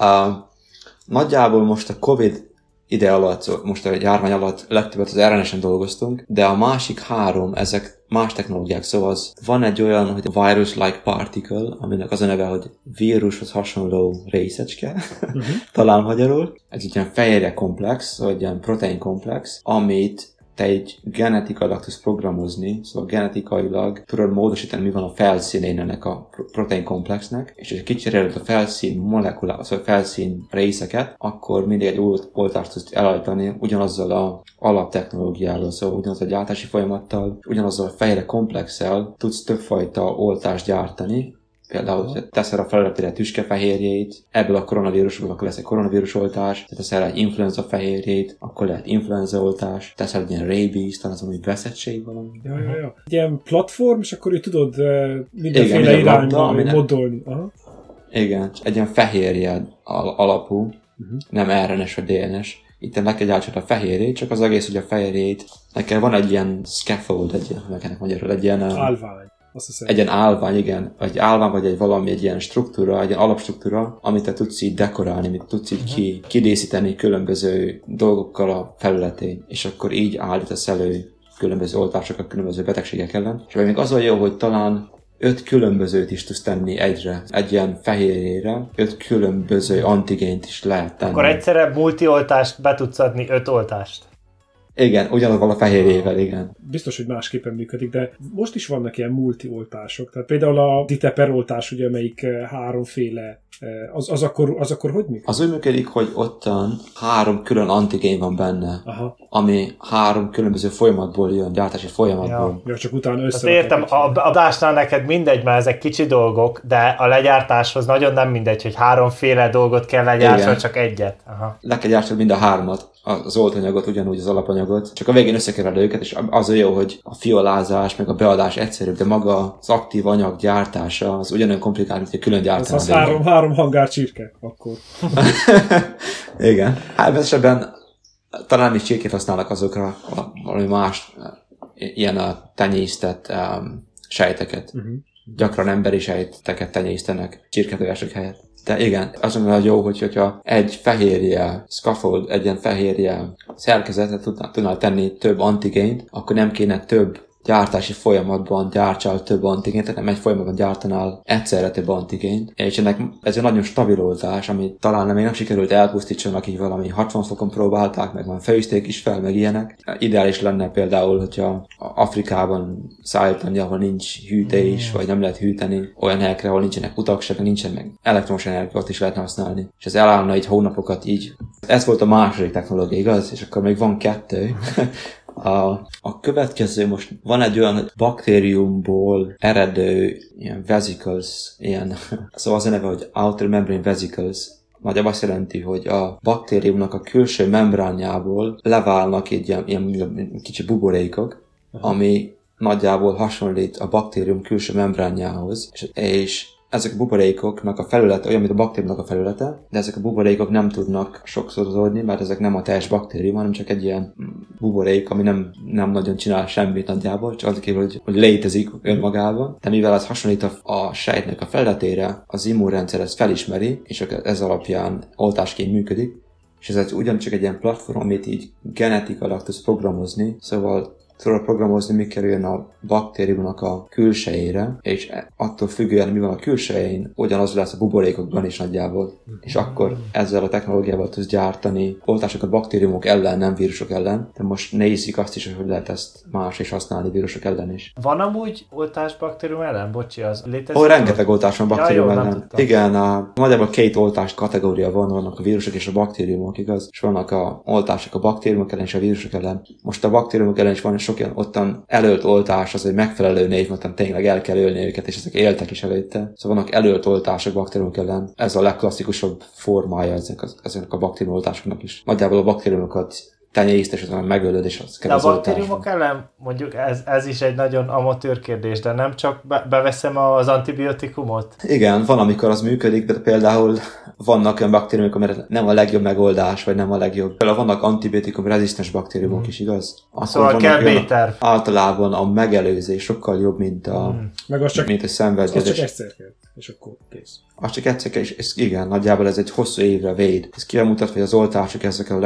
nagyjából most a Covid ide alatt, most a járvány alatt legtöbbet az RNS-en dolgoztunk, de a másik 3, ezek más technológiák, szóval van egy olyan, hogy virus-like particle, aminek az a neve, hogy vírushoz hasonló részecske, talán magyarul. Ez egy ilyen fehérje komplex, vagy ilyen protein komplex, amit te egy genetikailag tudsz programozni, szóval genetikailag tudod módosítani, mi van a felszínén ennek a protein komplexnek, és ha kicseréled a felszín molekulát, szóval a felszín részeket, akkor mindig egy oltást tudsz elállítani ugyanazzal a alaptechnológiával, szóval ugyanazzal a gyártási folyamattal, ugyanazzal a fehérje komplexsel tudsz többfajta oltást gyártani. Például, hogyha teszel a felületére tüskefehérjét, ebből a koronavírusból akkor lesz egy koronavírus-oltás, teszel egy influenza fehérjét, akkor lehet influenza-oltás, teszel egy ilyen rabies, talán az, ami veszettség valami. Ja. Egy ilyen platform, és akkor így tudod mindenféle irányba modolni. Aha. Igen, egy ilyen fehérje alapú, nem RNS vagy DNS. Itt meg kell gyártsad a fehérjét, csak az egész, hogy a fehérjét, neked van egy ilyen scaffold, egy ilyen állvány. Egy ilyen állvány, igen. Egy állvány, vagy egy ilyen struktúra, egy ilyen alapstruktúra, amit te tudsz így dekorálni, amit tudsz így kidészíteni különböző dolgokkal a felületén, és akkor így állítasz elő különböző oltásokat, különböző betegségek ellen. És még az a jó, hogy talán 5 különbözőt is tudsz tenni egyre. Egy ilyen fehérjére 5 különböző antigént is lehet tenni. Akkor egyszerre multioltást be tudsz adni 5 oltást. Igen, ugyanaz a fehérjével, igen. Biztos, hogy másképpen működik, de most is vannak ilyen multioltások. Tehát például a diteperoltás, ugye, amelyik 3 féle, az akkor hogy működik? Az úgy működik, hogy ottan 3 külön antigén van benne, ami 3 különböző folyamatból jön, gyártási folyamatból. Ja, csak utána értem, a adásnál neked mindegy, mert ezek kicsi dolgok, de a legyártáshoz nagyon nem mindegy, hogy 3 féle dolgot kell legyártani, csak egyet. Le kell gyártani mind a 3-at. Az oltanyagot, ugyanúgy az alapanyagot, csak a végén összekevered őket, és az a jó, hogy a fiolázás, meg a beadás egyszerűbb, de maga az aktív anyag gyártása az ugyanolyan komplikált, mint hogy külön gyártani. Az 3 hangár csirke, akkor. Igen. Hát esetben talán nem is csirkét használnak azokra, valami más ilyen a tenyésztett sejteket. Gyakran emberi sejteket tenyésztenek csirketojások helyett. De igen, az mondom, hogy jó, hogyha egy fehérje scaffold, egy ilyen fehérje szerkezetet tudnál tenni több antigént, akkor nem kéne több gyártási folyamatban gyártsál több antigént, tehát nem egy folyamatban gyártanál egyszerre több antigént. És ennek ez egy nagyon stabil oltás, amit talán még nem sikerült elpusztítsanak, így valami 60 fokon próbálták, meg van főzték is fel, meg ilyenek. Ideális lenne például, hogyha Afrikában szállítani, ahol nincs hűtés, vagy nem lehet hűteni, olyan helyekre, ahol nincsenek utak, se, nincsen meg elektromos energia, ott is lehetne használni. És ez elállna így hónapokat így. Ez volt a második technológia, igaz? És akkor még van 2. A következő most van egy olyan baktériumból eredő ilyen vesicles, szóval az a neve, hogy outer membrane vesicles. Nagyjából azt jelenti, hogy a baktériumnak a külső membránjából leválnak egy ilyen kicsi buborékok, ami nagyjából hasonlít a baktérium külső membránjához, és ezek a buborékoknak a felülete olyan, mint a baktériumnak a felülete, de ezek a buborékok nem tudnak sokszorozódni, mert ezek nem a teljes baktérium, hanem csak egy ilyen buborék, ami nem nagyon csinál semmit nagyjából, csak azért kívül, hogy létezik önmagában. De mivel ez hasonlít a sejtnek a felületére, az immunrendszer ezt felismeri, és ez alapján oltásként működik, és ez ugyancsak egy ilyen platform, amit így genetikailag tudsz programozni, szóval tudod programozni, mi kerüljön a baktériumnak a külsejére, és attól függően, mi van a külsején, ugyanaz lesz a buborékokban is nagyjából. És akkor ezzel a technológiával tudsz gyártani oltásokat baktériumok ellen, nem vírusok ellen. De most nézzük azt is, hogy lehet ezt más is használni vírusok ellen is. Van amúgy oltás baktérium ellen? Bocsi, az létezik? Rengeteg oltás van baktérium ellen. Igen, nagyjából 2 oltás kategória vannak a vírusok és a baktériumok, igaz? És vannak a oltások a baktériumok ellen és a vírusok ellen. Most a baktériumok ellen is van sok ilyen ottan előtt oltás, az egy megfelelő név, mert tényleg el kell ölni őket, és ezek éltek is előtte. Szóval vannak előtt oltások baktériumok ellen. Ez a legklasszikusabb formája ezeknek a baktériumoltásoknak is. Nagyjából a baktériumokat tenyészt, és azon megölöd, és az kell az oltás. De a baktériumok ellen, mondjuk ez is egy nagyon amatőr kérdés, de nem csak beveszem az antibiotikumot? Igen, van, amikor az működik, de például vannak olyan baktériumok, amire nem a legjobb megoldás, vagy nem a legjobb. Például vannak antibiotikum rezisztens baktériumok is, igaz? Akkor szóval kell B-terv. Általában a megelőzés sokkal jobb, mint mint a szenvedés. Az csak egyszer kell, és akkor kész. Az csak egyszer kell, és igen, nagyjából ez egy hosszú évre véd. Ez kimutatva, hogy az oltások ezek a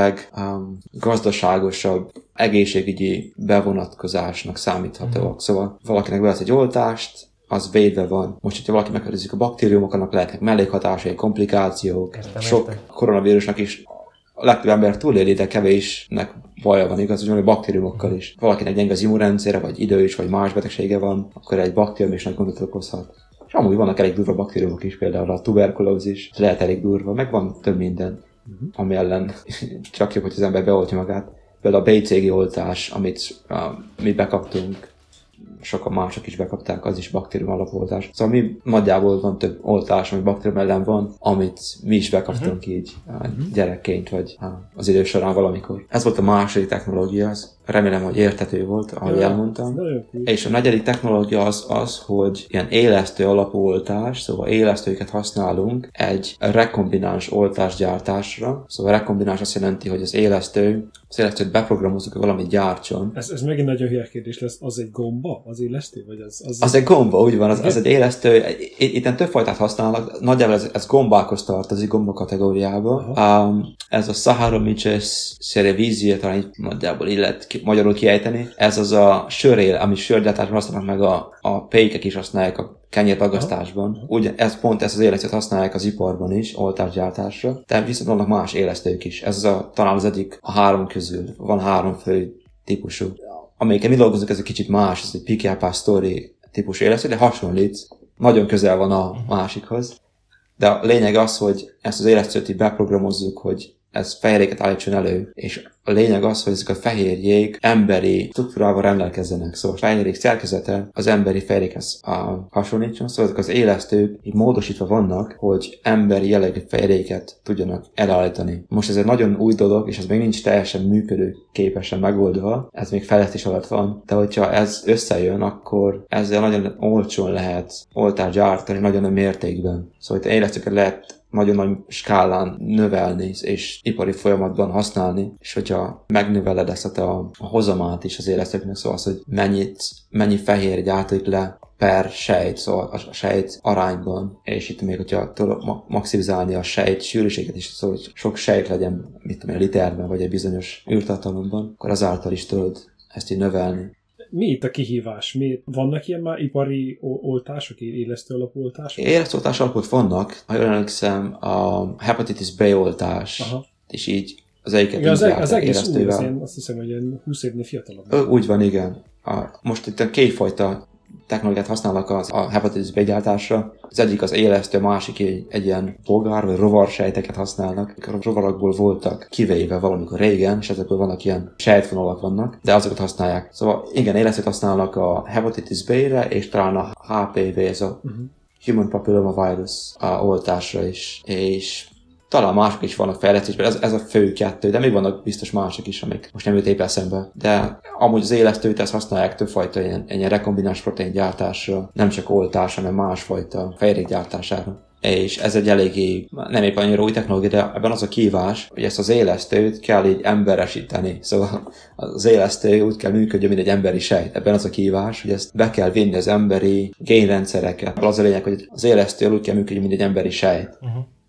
leggazdaságosabb egészségügyi bevonatkozásnak számíthatóak. Szóval valakinek beadsz egy oltást, az védve van. Most, hogyha valaki meghatózik a baktériumok, annak lehetnek mellékhatásai, komplikációk. Sok koronavírusnak is a legtöbb ember túléli, de kevésnek baja van, igaz, hogy baktériumokkal is. Valakinek gyenge az immunrendszere, vagy idős, vagy más betegsége van, akkor egy baktérium is nagy gondot okozhat. És amúgy vannak elég durva baktériumok is, például a tuberkulózis, lehet elég durva, meg van több minden, ami ellen csak jobb, hogy az ember beoltja magát. Például a BCG oltás, amit mi bekaptunk, sokan mások is bekapták, az is baktérium alapoltás. Szóval mi nagyjából van több oltás, ami baktérium ellen van, amit mi is bekaptunk így gyerekként, vagy az idő során valamikor. Ez volt a második technológia, remélem, hogy érthető volt, ahogy elmondtam. És a negyedik technológia az, hogy ilyen élesztő alapú oltás, szóval élesztőket használunk egy rekombináns oltásgyártásra. Szóval rekombináns azt jelenti, hogy az élesztőt beprogramozzuk, hogy valamit gyártson. Ez megint nagyon hülye kérdés lesz. Az egy gomba? Az élesztő? Vagy az egy gomba, úgy van. Az egy élesztő. Itt több fajtát használnak. Nagyjából ez gombákhoz tartozik, gomba kategóriába. Ez a Saccharomyces cerevisiae, talán így nagyjából illet magyarul kiejteni. Ez az a sörél, ami sörgyártásban használnak, meg a pékek is használják a kenyérdagasztásban. Ugye ez az élesztőt használják az iparban is, oltásgyártásra. De viszont vannak más élesztők is. Ez talán az egyik a három közül. Van három fő típusú. Amelyikkel mi dolgozunk, ez egy kicsit más, ez egy Pichia pastori típusú élesztő, de hasonlít. Nagyon közel van a másikhoz. De a lényeg az, hogy ezt az élesztőt így beprogramozzuk, hogy ez fehérjéket állítson elő, és a lényeg az, hogy ezek a fehérjék emberi struktúrával rendelkezzenek. Szóval a fehérjék szerkezete az emberi fehérjékhez hasonlítson, szóval ezek az élesztők így módosítva vannak, hogy emberi jellegű fehérjéket tudjanak elállítani. Most ez egy nagyon új dolog, és ez még nincs teljesen működőképesen megoldva, ez még fejlesztés alatt van, de hogyha ez összejön, akkor ezzel nagyon olcsón lehet oltást gyártani, nagyon nagy mértékben. Szóval itt élesztőket lehet nagyon nagy skálán növelni és ipari folyamatban használni, és hogyha megnöveled ezt a hozamát is az élesztőknek, szóval az, hogy mennyi fehér gyártik le per sejt, szóval a sejt arányban, és itt még, hogyha tudod maximizálni a sejt sűrűséget is, szóval hogy sok sejt legyen, mit tudom, literben, vagy egy bizonyos űrtartalomban, akkor azáltal is tudod ezt így növelni. Mi itt a kihívás? Vannak ilyen már ipari oltások, élesztő alapú oltások? Élesztőoltás alapot vannak. Ha jól emlékszem, a hepatitis B oltás, és így az egyiket az egész új, azt hiszem, hogy ilyen 20 évnél fiatalabb. Úgy van, igen. Most itt kétfajta technológiát használnak a hepatitis B gyártásra. Az egyik az élesztő, a másik egy ilyen bolgár vagy rovarsejteket használnak. A rovarakból voltak kivéve valamikor régen, és ezekből vannak ilyen sejtvonalak vannak, de azokat használják. Szóval igen, élesztőt használnak a hepatitis B-re, és talán a HPV, ez a Human Papilloma Virus oltásra is. És talán mások is vannak fejlesztésben, ez a fő kettő, de még vannak biztos mások is, amik most nem jut épp eszembe. De amúgy az élesztőt ezt használják többfajta ilyen rekombináns protein gyártásra, nem csak oltásra, hanem másfajta fehérjék gyártására. És ez egy eléggé, nem éppen annyira új technológia, de ebben az a kívás, hogy ezt az élesztőt kell így emberesíteni. Szóval az élesztő úgy kell működjön, mint egy emberi sejt. Ebben az a kívás, hogy ezt be kell vinni az emberi génrendszereket. Az a lényeg, hogy az élesztő úgy kell működjön, mint egy emberi sejt.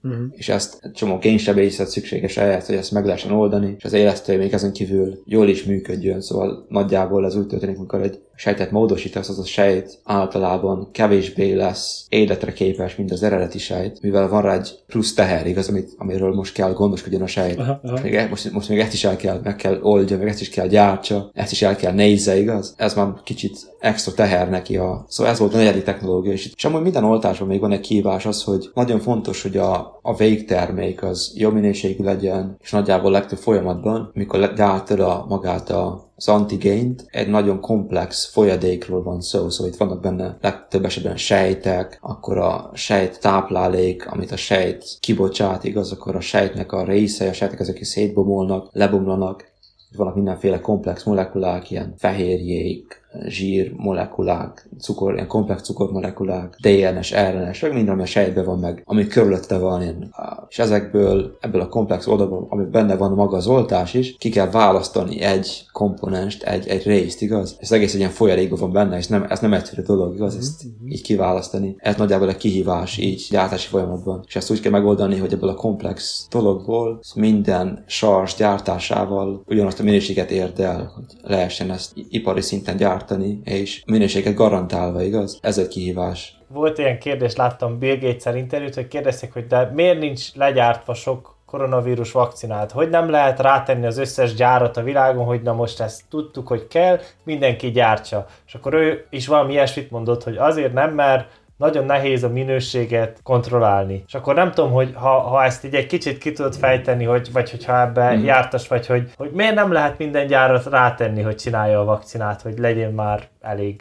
És ezt egy csomó génsebészet szükséges ehhez, hogy ezt meg lehessen oldani, és az élesztő még ezen kívül jól is működjön, szóval nagyjából ez úgy történik, amikor egy sejtet módosítasz, az a sejt általában kevésbé lesz életre képes, mint az eredeti sejt, mivel van rá egy plusz teher, igaz, amiről most kell gondoskodjon a sejt. Most még ezt is meg kell oldja, meg ezt is kell gyártsa, ezt is el kell nézze, igaz? Ez már kicsit extra teher neki. Szóval ez volt a negyedik technológia, és amúgy minden oltásban még van egy kihívás az, hogy nagyon fontos, hogy a végtermék az jó minőségű legyen, és nagyjából legtöbb folyamatban, mikor gyártod magát az antigént, egy nagyon komplex folyadékról van szó, szóval itt vannak benne legtöbb esetben sejtek, akkor a sejt táplálék, amit a sejt kibocsát, igaz, akkor a sejtnek a részei, a sejtek ezek is szétbomolnak, lebomlanak, itt vannak mindenféle komplex molekulák, ilyen fehérjék, zsír molekulák, ilyen komplex cukormolekulák, DNS, RNS, meg minden, ami a sejtben van meg, ami körülötte van. És ebből a komplex oldalból, ami benne van maga az oltás is, ki kell választani egy komponenst, egy részt, igaz? Ez egész egy ilyen folyalékban van benne, és ez nem egyszerű dolog, igaz? Ezt így kiválasztani. Ez nagyjából a kihívás így gyártási folyamatban. És ezt úgy kell megoldani, hogy ebből a komplex dologból minden sars gyártásával ugyanazt a minőséget érd el, hogy lehessen ezt ipari szinten gyártani, és minőséget garantálva, igaz? Ez egy kihívás. Volt ilyen kérdés, láttam Bill Gates-el interjút, hogy kérdezték, hogy de miért nincs legyártva sok koronavírus vakcinát? Hogy nem lehet rátenni az összes gyárat a világon, hogy na most ezt tudtuk, hogy kell, mindenki gyártsa. És akkor ő is valami ilyesmit mondott, hogy azért nem, mert nagyon nehéz a minőséget kontrollálni. És akkor nem tudom, hogy ha ezt így egy kicsit ki tudod fejteni, vagy hogyha ebbe jártas vagy, hogy miért nem lehet minden gyárat rátenni, hogy csinálja a vakcinát, hogy legyen már elég.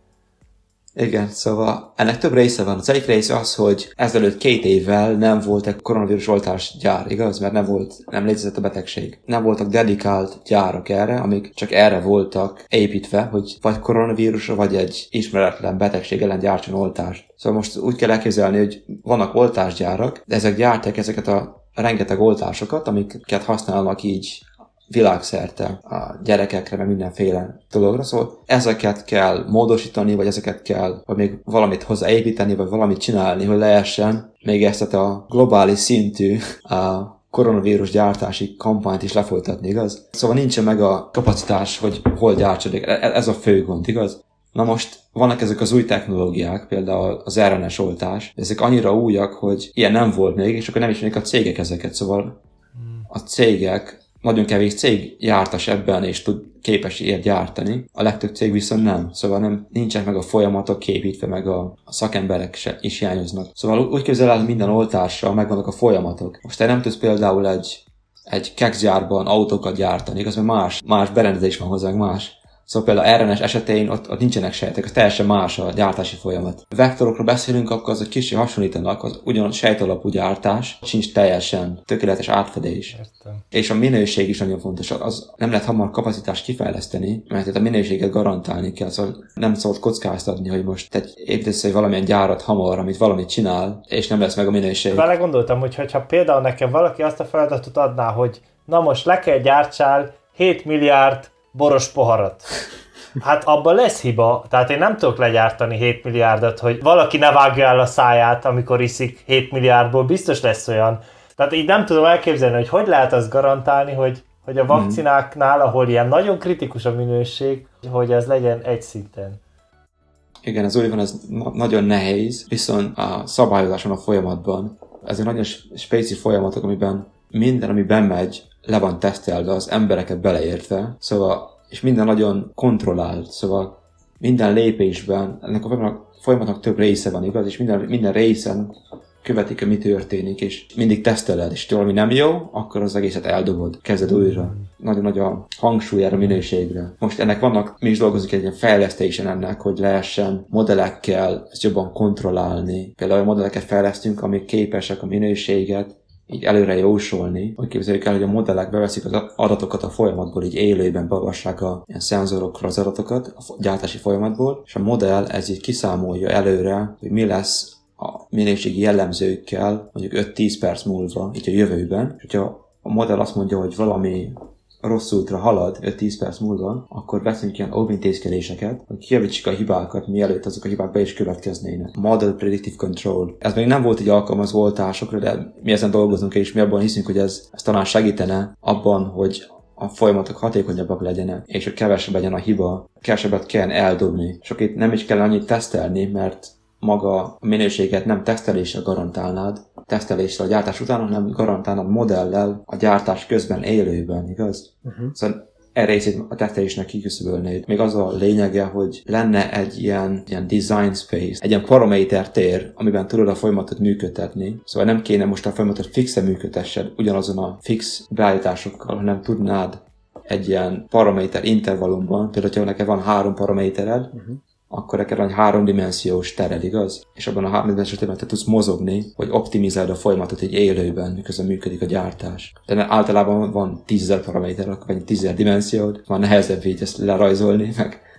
Igen, szóval ennek több része van. Az egyik része az, hogy ezelőtt 2 évvel nem volt egy koronavírus oltás gyár, igaz? Mert nem létezett a betegség. Nem voltak dedikált gyárak erre, amik csak erre voltak építve, hogy vagy koronavírusra, vagy egy ismeretlen betegség ellen gyártson oltást. Szóval most úgy kell elképzelni, hogy vannak oltásgyárak, de ezek gyártják ezeket a rengeteg oltásokat, amiket használnak így világszerte a gyerekekre, meg mindenféle dologra, szóval ezeket kell módosítani, vagy ezeket kell, vagy még valamit hozzáépíteni, vagy valamit csinálni, hogy lehessen még ezt a globális szintű koronavírus gyártási kampányt is lefolytatni, igaz? Szóval nincsen meg a kapacitás, hogy hol gyártsodik. Ez a fő gond, igaz? Na most vannak ezek az új technológiák, például az RNS oltás, ezek annyira újak, hogy ilyen nem volt még, és akkor nem ismerik a cégek ezeket, szóval a cégek, nagyon kevés cég jártas ebben, és képes ilyet gyártani. A legtöbb cég viszont nem. Szóval nincsenek meg a folyamatok képítve, meg a szakemberek is hiányoznak. Szóval úgy képzel el, minden oltásra megvannak a folyamatok. Most te nem tudsz például egy kekszgyárban autókat gyártani, igaz, mert más berendezés van hozzánk, más. Szóval például RNS esetén ott nincsenek sejtek, az teljesen más a gyártási folyamat. Vektorokról beszélünk, akkor azok kicsit hasonlítanak, az ugyanaz sejtalapú gyártás, sincs teljesen tökéletes átfedés. Értem. És a minőség is nagyon fontos, az nem lehet hamar kapacitást kifejleszteni, mert a minőséget garantálni kell, szóval nem szabad kockáztatni, hogy most te építesz egy valamilyen gyárat hamar, amit valamit csinál, és nem lesz meg a minőség. Vele gondoltam, hogy ha például nekem valaki azt a feladatot adná, hogy na most le kell gyártsál 7 milliárd boros poharat. Hát abban lesz hiba, tehát én nem tudok legyártani 7 milliárdot, hogy valaki ne vágja el a száját, amikor iszik 7 milliárdból, biztos lesz olyan. Tehát így nem tudom elképzelni, hogy lehet azt garantálni, hogy a vakcináknál, ahol ilyen nagyon kritikus a minőség, hogy ez legyen egy szinten. Igen, ez úgy van, ez nagyon nehéz, viszont a szabályozáson a folyamatban, ezek nagyon spéci folyamatok, amiben minden, ami bemegy, le van tesztelve, az embereket beleértve, szóval, és minden nagyon kontrollált, szóval minden lépésben, ennek a folyamatnak több része van, igaz, és minden részen követik, hogy mi történik, és mindig teszteled, és valami nem jó, akkor az egészet eldobod, kezded újra. Nagyon nagy a hangsúlyára, minőségre. Most mi is dolgozunk egy ilyen fejlesztésen ennek, hogy lehessen modellekkel ezt jobban kontrollálni. Például modelleket fejlesztünk, amik képesek a minőséget így előre jósolni, hogy képzeljük el, hogy a modellek beveszik az adatokat a folyamatból, így élőben beolvassák a ilyen szenzorokra az adatokat a gyártási folyamatból, és a modell ez így kiszámolja előre, hogy mi lesz a minőségi jellemzőkkel mondjuk 5-10 perc múlva, így a jövőben, és hogyha a modell azt mondja, hogy valami rossz útra halad 5-10 perc múlva, akkor veszünk ilyen óvintézkedéseket, hogy kijavítsuk a hibákat, mielőtt azok a hibák be is következnének. Model Predictive Control. Ez még nem volt így alkalmazva oltásokra, de mi ezen dolgozunk, és mi abban hiszünk, hogy ez talán segítene abban, hogy a folyamatok hatékonyabbak legyenek, és hogy kevesebb legyen a hiba, kevesebbet kell eldobni. És itt nem is kell annyit tesztelni, mert maga a minőséget nem teszteléssel garantálnád, teszteléssel a gyártás után, hanem garantálnád modellel a gyártás közben élőben, igaz? Szóval erre részét a tesztelésnek kiküszöbölnéd. Még az a lényege, hogy lenne egy ilyen design space, egy ilyen paraméter tér, amiben tudod a folyamatot működtetni. Szóval nem kéne most a folyamatot fixen működtessed ugyanazon a fix beállításokkal, hanem tudnád egy ilyen paraméter intervallumban, például, ha neked van 3 paramétered, akkor neked van egy 3-dimenziós tered, igaz? És abban a 3-dimenziós terben te tudsz mozogni, hogy optimizáld a folyamatot egy élőben, miközben működik a gyártás. De általában van 10 000 paraméter, vagy 10 000 dimenziód, van nehezebb így ezt lerajzolni, meg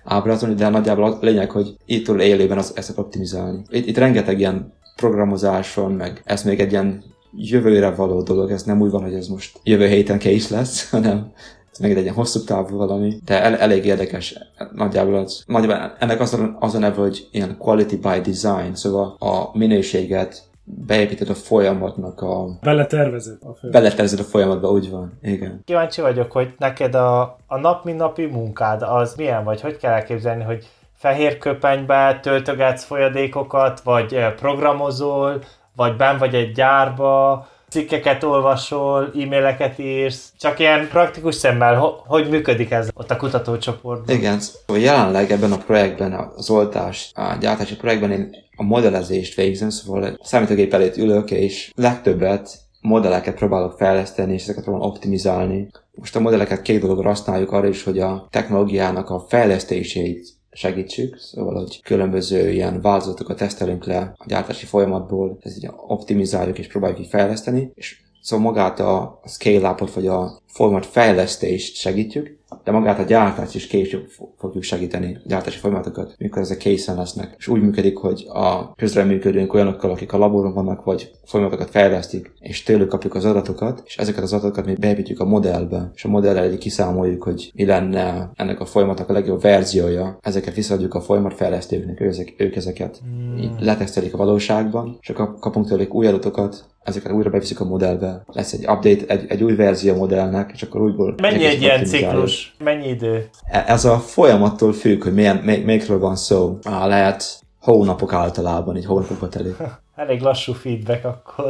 ábrázolni, de nagyjából a lényeg, hogy itt élőben ezt optimizálni. Itt rengeteg ilyen programozáson, meg ez még egy ilyen jövőre való dolog, ez nem úgy van, hogy ez most jövő héten kész lesz, hanem ez még egy ilyen hosszú távú valami, de elég érdekes nagyjából ennek az a neve, hogy ilyen quality by design, szóval a minőséget beépíted a folyamatnak Beletervezed a folyamatba, úgy van. Igen. Kíváncsi vagyok, hogy neked a nap mint napi munkád az milyen, vagy hogy kell elképzelni, hogy fehér köpenybe töltögetsz folyadékokat, vagy programozol, vagy benn vagy egy gyárba, cikkeket olvasol, e-maileket írsz, csak ilyen praktikus szemmel, hogy működik ez ott a kutatócsoportban? Igen, szóval jelenleg ebben a projektben, az oltás, a gyártási projektben én a modellezést végzem, szóval a számítógép előtt ülök, és legtöbbet modelleket próbálok fejleszteni, és ezeket próbálom optimizálni. Most a modelleket két dologra használjuk arra is, hogy a technológiának a fejlesztését segítsük, szóval, hogy különböző ilyen változatokat tesztelünk le a gyártási folyamatból, ezt így optimizáljuk és próbáljuk így fejleszteni, és szóval magát a scale-upot vagy a folyamat fejlesztést segítjük, de magát a gyártást is később fogjuk segíteni, a gyártási folyamatokat, mikor ezek készen lesznek. És úgy működik, hogy a közreműködünk olyanokkal, akik a laboron vannak, vagy folyamatokat fejlesztik, és tőlük kapjuk az adatokat, és ezeket az adatokat mi beépítjük a modellbe, és a modellel kiszámoljuk, hogy mi lenne ennek a folyamatnak a legjobb verziója. Ezeket visszaadjuk a folyamatfejlesztőknek, ők ezeket letesztelik a valóságban, és kapunk tőlük új adatokat, ezeket újra beviszik a modellbe. Lesz egy update, egy új verzió a modellnek, és akkor újból... Mennyi egy ilyen ciklus? Mennyi idő? Ez a folyamattól függ, hogy melyikről van szó. Lehet hónapok általában, így hónapokba telik. Elég lassú feedback akkor.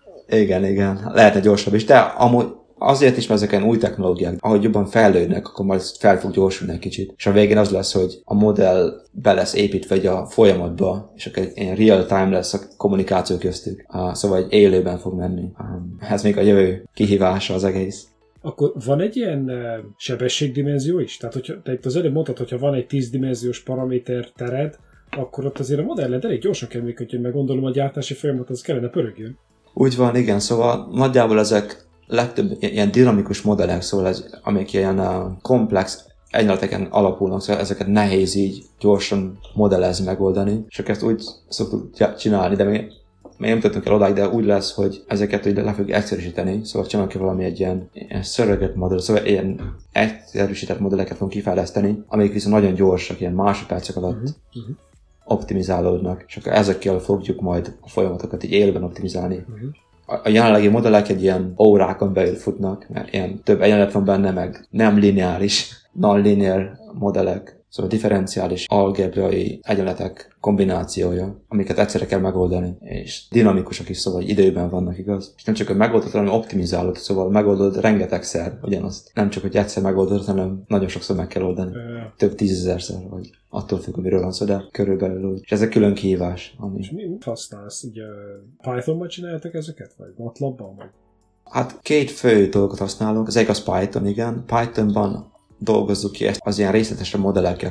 Igen. Lehetne gyorsabb is, de amúgy azért is, mert ezeken új technológiák, ahogy jobban fejlődnek, akkor majd fel fog gyorsulni egy kicsit. És a végén az lesz, hogy a modell be lesz építve egy a folyamatba, és akkor egy real time lesz a kommunikáció köztük. Szóval egy élőben fog menni. Ez még a jövő kihívása az egész. Akkor van egy ilyen sebességdimenzió is? Tehát, hogyha te itt az előbb mondtad, hogyha van egy 10-dimenziós paraméter tered, akkor ott azért a modelled elég gyorsan kell működjön, meg gondolom a gyártási folyamat az kellene pörögjön. Úgy van, igen, szóval nagyjából ezek legtöbb ilyen dinamikus modellek, szóval amik ilyen komplex egyenleteken alapulnak, szóval ezeket nehéz így gyorsan modellezni, megoldani, és ezt úgy szoktuk csinálni, de még nem tudtunk el odáig, de úgy lesz, hogy ezeket úgy le fogjuk egyszerűsíteni, szóval csinálunk ki valami egy ilyen surrogate modell, szóval ilyen egyszerűsített modelleket fogunk kifejleszteni, amik viszont nagyon gyorsak, ilyen másodpercek alatt optimizálódnak, és akkor ezekkel fogjuk majd a folyamatokat így élőben optimizálni. A jelenlegi modellek egy ilyen órákon belül futnak, mert ilyen több egyenlet van benne, meg nem lineáris, non-linear modellek, szóval differenciális algebrai egyenletek kombinációja, amiket egyszerre kell megoldani, és dinamikusak is, szóval időben vannak, igaz? És nem csak, hogy megoldod, hanem optimizálod, szóval megoldod rengetegszer ugyanazt. Nem csak, hogy egyszer megoldod, hanem nagyon sokszor meg kell oldani. Több 10.000-szer, vagy attól függ, amiről van szó, de körülbelül úgy. És ez egy külön kihívás. Ami... És mit használsz? Ugye Pythonban csináltak ezeket? Vagy MATLABban? Vagy? Hát két fő dolgot használunk. Az egyik az Python, igen. Pythonban dolgozzuk ki ezt az ilyen részletesebb modelleket,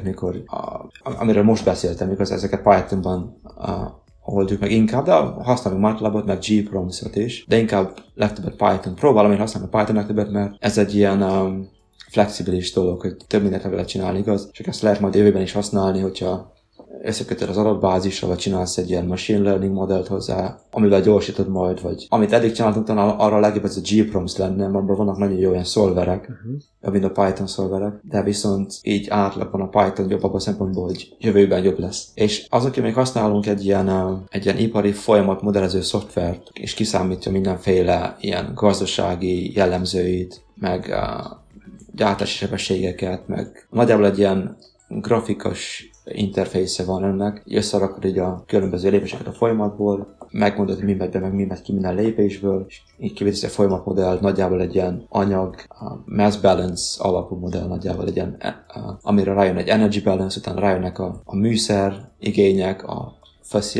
amiről most beszéltem, mikor ezeket Pythonban oldjuk meg inkább, de használunk MATLABot, meg gProms-ot is, de inkább legtöbbet Python. Próbálom én használni a Python legtöbbet, mert ez egy ilyen flexibilis dolog, hogy több mindent vele csinálni, igaz? És ezt lehet majd jövőben is használni, hogyha összekötöd az adatbázissal, vagy csinálsz egy ilyen machine learning modellt hozzá, amivel gyorsítod majd, vagy amit eddig csináltunk, talán arra a legjobb ez a gProms lenne, mert abban vannak nagyon jó ilyen szolverek, mint a Python szolverek, de viszont így átlagban a Python jobb abban a szempontból, hogy jövőben jobb lesz. És az, aki még használunk egy ilyen ipari folyamat modellező szoftvert, és kiszámítja mindenféle ilyen gazdasági jellemzőit, meg gyártási sebességeket, meg nagyjából egy ilyen grafikus interfésze van ennek, összerakod így a különböző lépéseket a folyamatból, megmondod, hogy mi megy be, meg mi megy ki minden lépésből, és így kivétesz egy folyamatmodellt, nagyjából egy ilyen anyag, mass balance alapú modell, nagyjából egy ilyen, amire rájön egy energy balance, utána rájönnek a műszer igények, a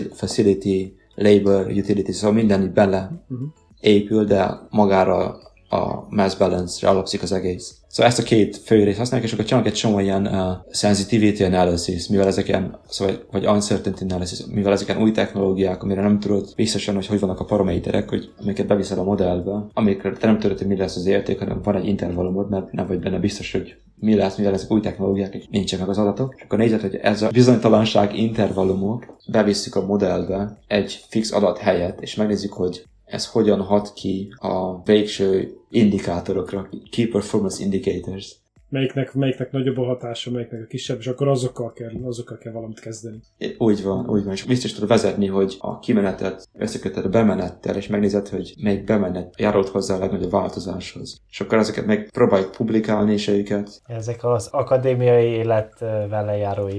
facility, labor, utility, szóval minden így bele épül, de magára a mass balance-re alapszik az egész. Szóval ezt a két fő részt használják, és akkor csinálnak egy csomó ilyen sensitivity analysis, mivel ezek ilyen, szóval, vagy uncertainty analysis, mivel ezek ilyen új technológiák, amire nem tudod biztosan, hogy vannak a paraméterek, hogy amiket beviszel a modellbe, amikre te nem tudod, hogy mi lesz az érték, hanem van egy intervallumod, mert nem vagy benne biztos, hogy mi lesz, mivel ezek új technológiák, és nincsenek az adatok. És akkor nézed, hogy ez a bizonytalanság intervallumok bevisszük a modellbe egy fix adat helyett, és megnézzük, hogy ez hogyan hat ki a végső indikátorokra, key performance indicators. Melyiknek nagyobb a hatása, melyiknek a kisebb, és akkor azokkal kell valamit kezdeni. Úgy van. És biztos tudod vezetni, hogy a kimenetet összeköted a bemenettel, és megnézed, hogy melyik bemenet járult hozzá a legnagyobb változáshoz. És akkor ezeket meg próbáljuk publikálni is őket. Ezek az akadémiai élet velejárói.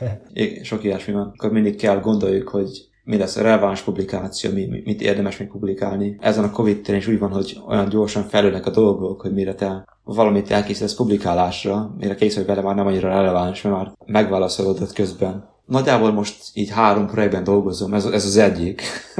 Sok ilyesmi van. Akkor mindig kell gondoljuk, hogy mi lesz a releváns publikáció, mit érdemes még publikálni. Ezen a Covid-téren is úgy van, hogy olyan gyorsan fejlődnek a dolgok, hogy mire te valamit elkészítesz publikálásra, mire készül vele már nem annyira releváns, mert már megválaszolódott közben. Nagyjából most így 3 projektben dolgozom, ez az egyik.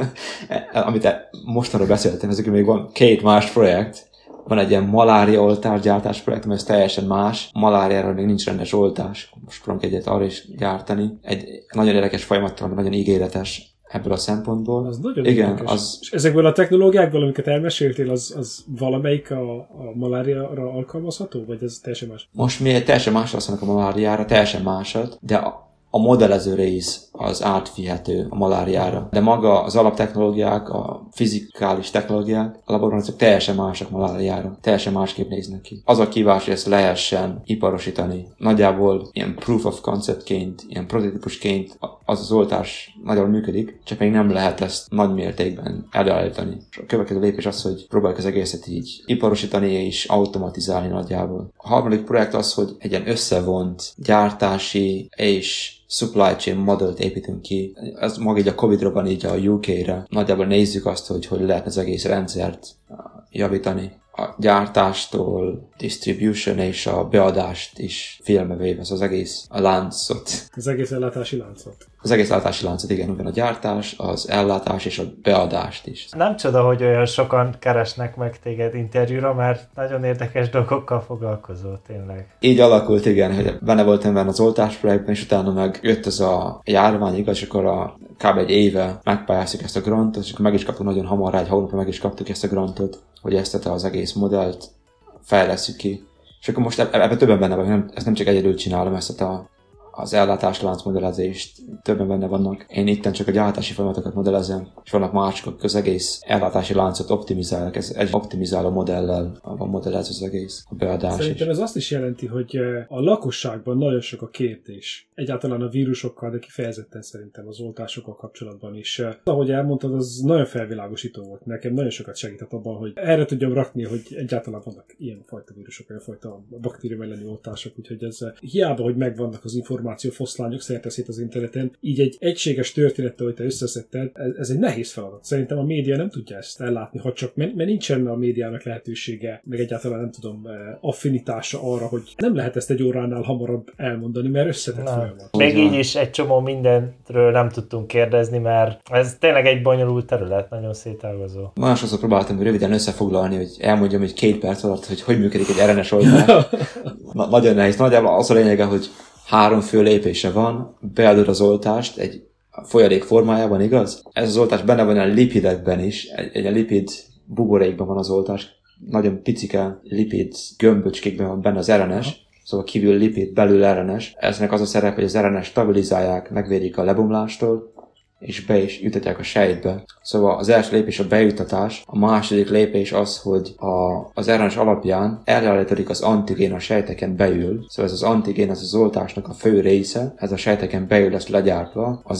Amit mostanra beszéltem, ezek még van 2 más projekt. Van egy ilyen malária oltásgyártás projekt, mert ez teljesen más. Maláriára még nincs rendes oltás. Most próbálunk egyet arra is gyártani. Egy nagyon érdekes folyamattal, nagyon ígéretes ebből a szempontból. Az nagyon érdekes. És ezekből a technológiákból, amiket elmeséltél, az valamelyik a maláriára alkalmazható? Vagy ez teljesen más? Most mi teljesen másra használnak a maláriára, teljesen másat, de a modellező rész az átvihető a maláriára. De maga az alaptechnológiák, a fizikális technológiák, a laboratóriumok teljesen másak maláriára. Teljesen másképp néznek ki. Az a kívás, hogy ezt lehessen iparosítani. Nagyjából ilyen proof of conceptként, ilyen prototípusként az oltás nagyon működik, csak még nem lehet ezt nagy mértékben előállítani. A következő lépés az, hogy próbáljuk az egészet így iparosítani és automatizálni nagyjából. A harmadik projekt az, hogy egy ilyen összevont gyártási és supply chain modellt építünk ki. Ez maga így a Covid-ra van így a UK-re. Nagyjából nézzük azt, hogy lehet az egész rendszert javítani. A gyártástól, distribution és a beadást is figyelembe az egész a láncot. Az egész ellátási láncot. Az egész ellátási láncot, igen, ugyan a gyártás, az ellátás és a beadást is. Nem csoda, hogy olyan sokan keresnek meg téged interjúra, mert nagyon érdekes dolgokkal foglalkozol, tényleg. Így alakult, igen, hogy benne voltam benne az oltás projektben, és utána meg jött ez a járvány, igaz, és akkor kb. Egy éve megpályáztuk ezt a grantot, és akkor meg is kaptuk nagyon hamar, egy hónapra meg is kaptuk ezt a grantot, hogy ezt az egész modellt fejlesszük ki. És akkor most ebben többen benne vagyok, ezt nem csak egyedül csinálom, ezt az ellátáslánc modellezést, többen benne vannak. Én itten csak a gyártási folyamatokat modellezem, és vannak mások, az egész ellátási láncot optimizálják, ez egy optimizáló modellel van modellezve az egész, a beadás. Szerintem ez azt is jelenti, hogy a lakosságban nagyon sok a kérdés. Egyáltalán a vírusokkal, de kifejezetten szerintem az oltásokkal kapcsolatban is. Ahogy elmondtad, az nagyon felvilágosító volt. Nekem nagyon sokat segített abban, hogy erre tudjam rakni, hogy egyáltalán vannak ilyen fajta vírusok, olyan fajta baktérium elleni oltások, úgyhogy ez hiába, hogy megvannak az információfoszlányok szerte-szét az interneten, így egy egységes történettel, hogy te összeszedted, ez egy nehéz feladat. Szerintem a média nem tudja ezt ellátni, ha csak, mert nincsen a médiának lehetősége, meg egyáltalán nem tudom, affinitása arra, hogy nem lehet ezt egy óránál hamarabb elmondani, mert összetett folyamat. Még így is egy csomó mindenről nem tudtunk kérdezni, mert ez tényleg egy bonyolult terület, nagyon szétágazó. Másodszor próbáltam röviden összefoglalni, hogy elmondjam, hogy 2 perc alatt, hogy működik egy RNS oltás. Nagyon nehéz. Nagyjából az a lényege, hogy 3 fő lépése van, beadod az oltást egy folyadék formájában, igaz? Ez az oltás benne van a lipidekben is, egy lipid buborékban van az oltás, nagyon picike lipid gömböcskékben van benne az RNS, szóval kívül lipid, belül RNS. Eznek az a szerep, hogy az RNS stabilizálják, megvédik a lebomlástól, és be is jutatják a sejtbe. Szóval az első lépés a bejutatás, a második lépés az, hogy az RNS alapján előállítódik az antigén a sejteken belül. Szóval ez az antigén, ez az oltásnak a fő része, ez a sejteken belül lesz legyártva, az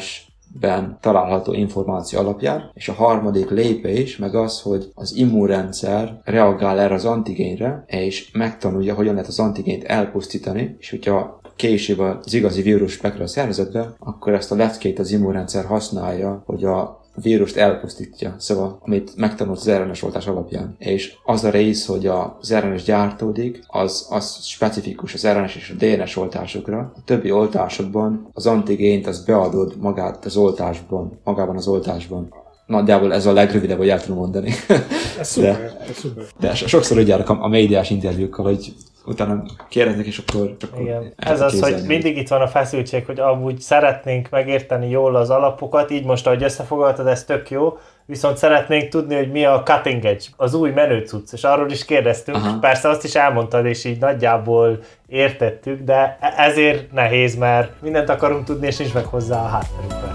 RNS-ben található információ alapján, és a harmadik lépés meg az, hogy az immunrendszer reagál erre az antigénre, és megtanulja, hogyan lehet az antigént elpusztítani, és hogyha később az igazi vírus bekerül a szervezetbe, akkor ezt a leckét az immunrendszer használja, hogy a vírust elpusztítja, szóval amit megtanult az RNS oltás alapján. És az a rész, hogy az RNS gyártódik, az specifikus az RNS és a DNS oltásokra. A többi oltásokban az antigént az beadod magában az oltásban. nagyjából ez a legrövidebb, hogy el tudom mondani. Ez szuper, ez szuper. De sokszor úgy járok a médiás interjúkkal, hogy utána kérdeznek, és akkor igen. Ez az, hogy mindig itt van a feszültség, hogy amúgy szeretnénk megérteni jól az alapokat, így most, ahogy összefoglaltad, ez tök jó, viszont szeretnénk tudni, hogy mi a cutting edge, az új menő cucc, és arról is kérdeztünk, aha. Persze azt is elmondtad, és így nagyjából értettük, de ezért nehéz, mert mindent akarunk tudni, és nincs meg hozzá a hátterünkben.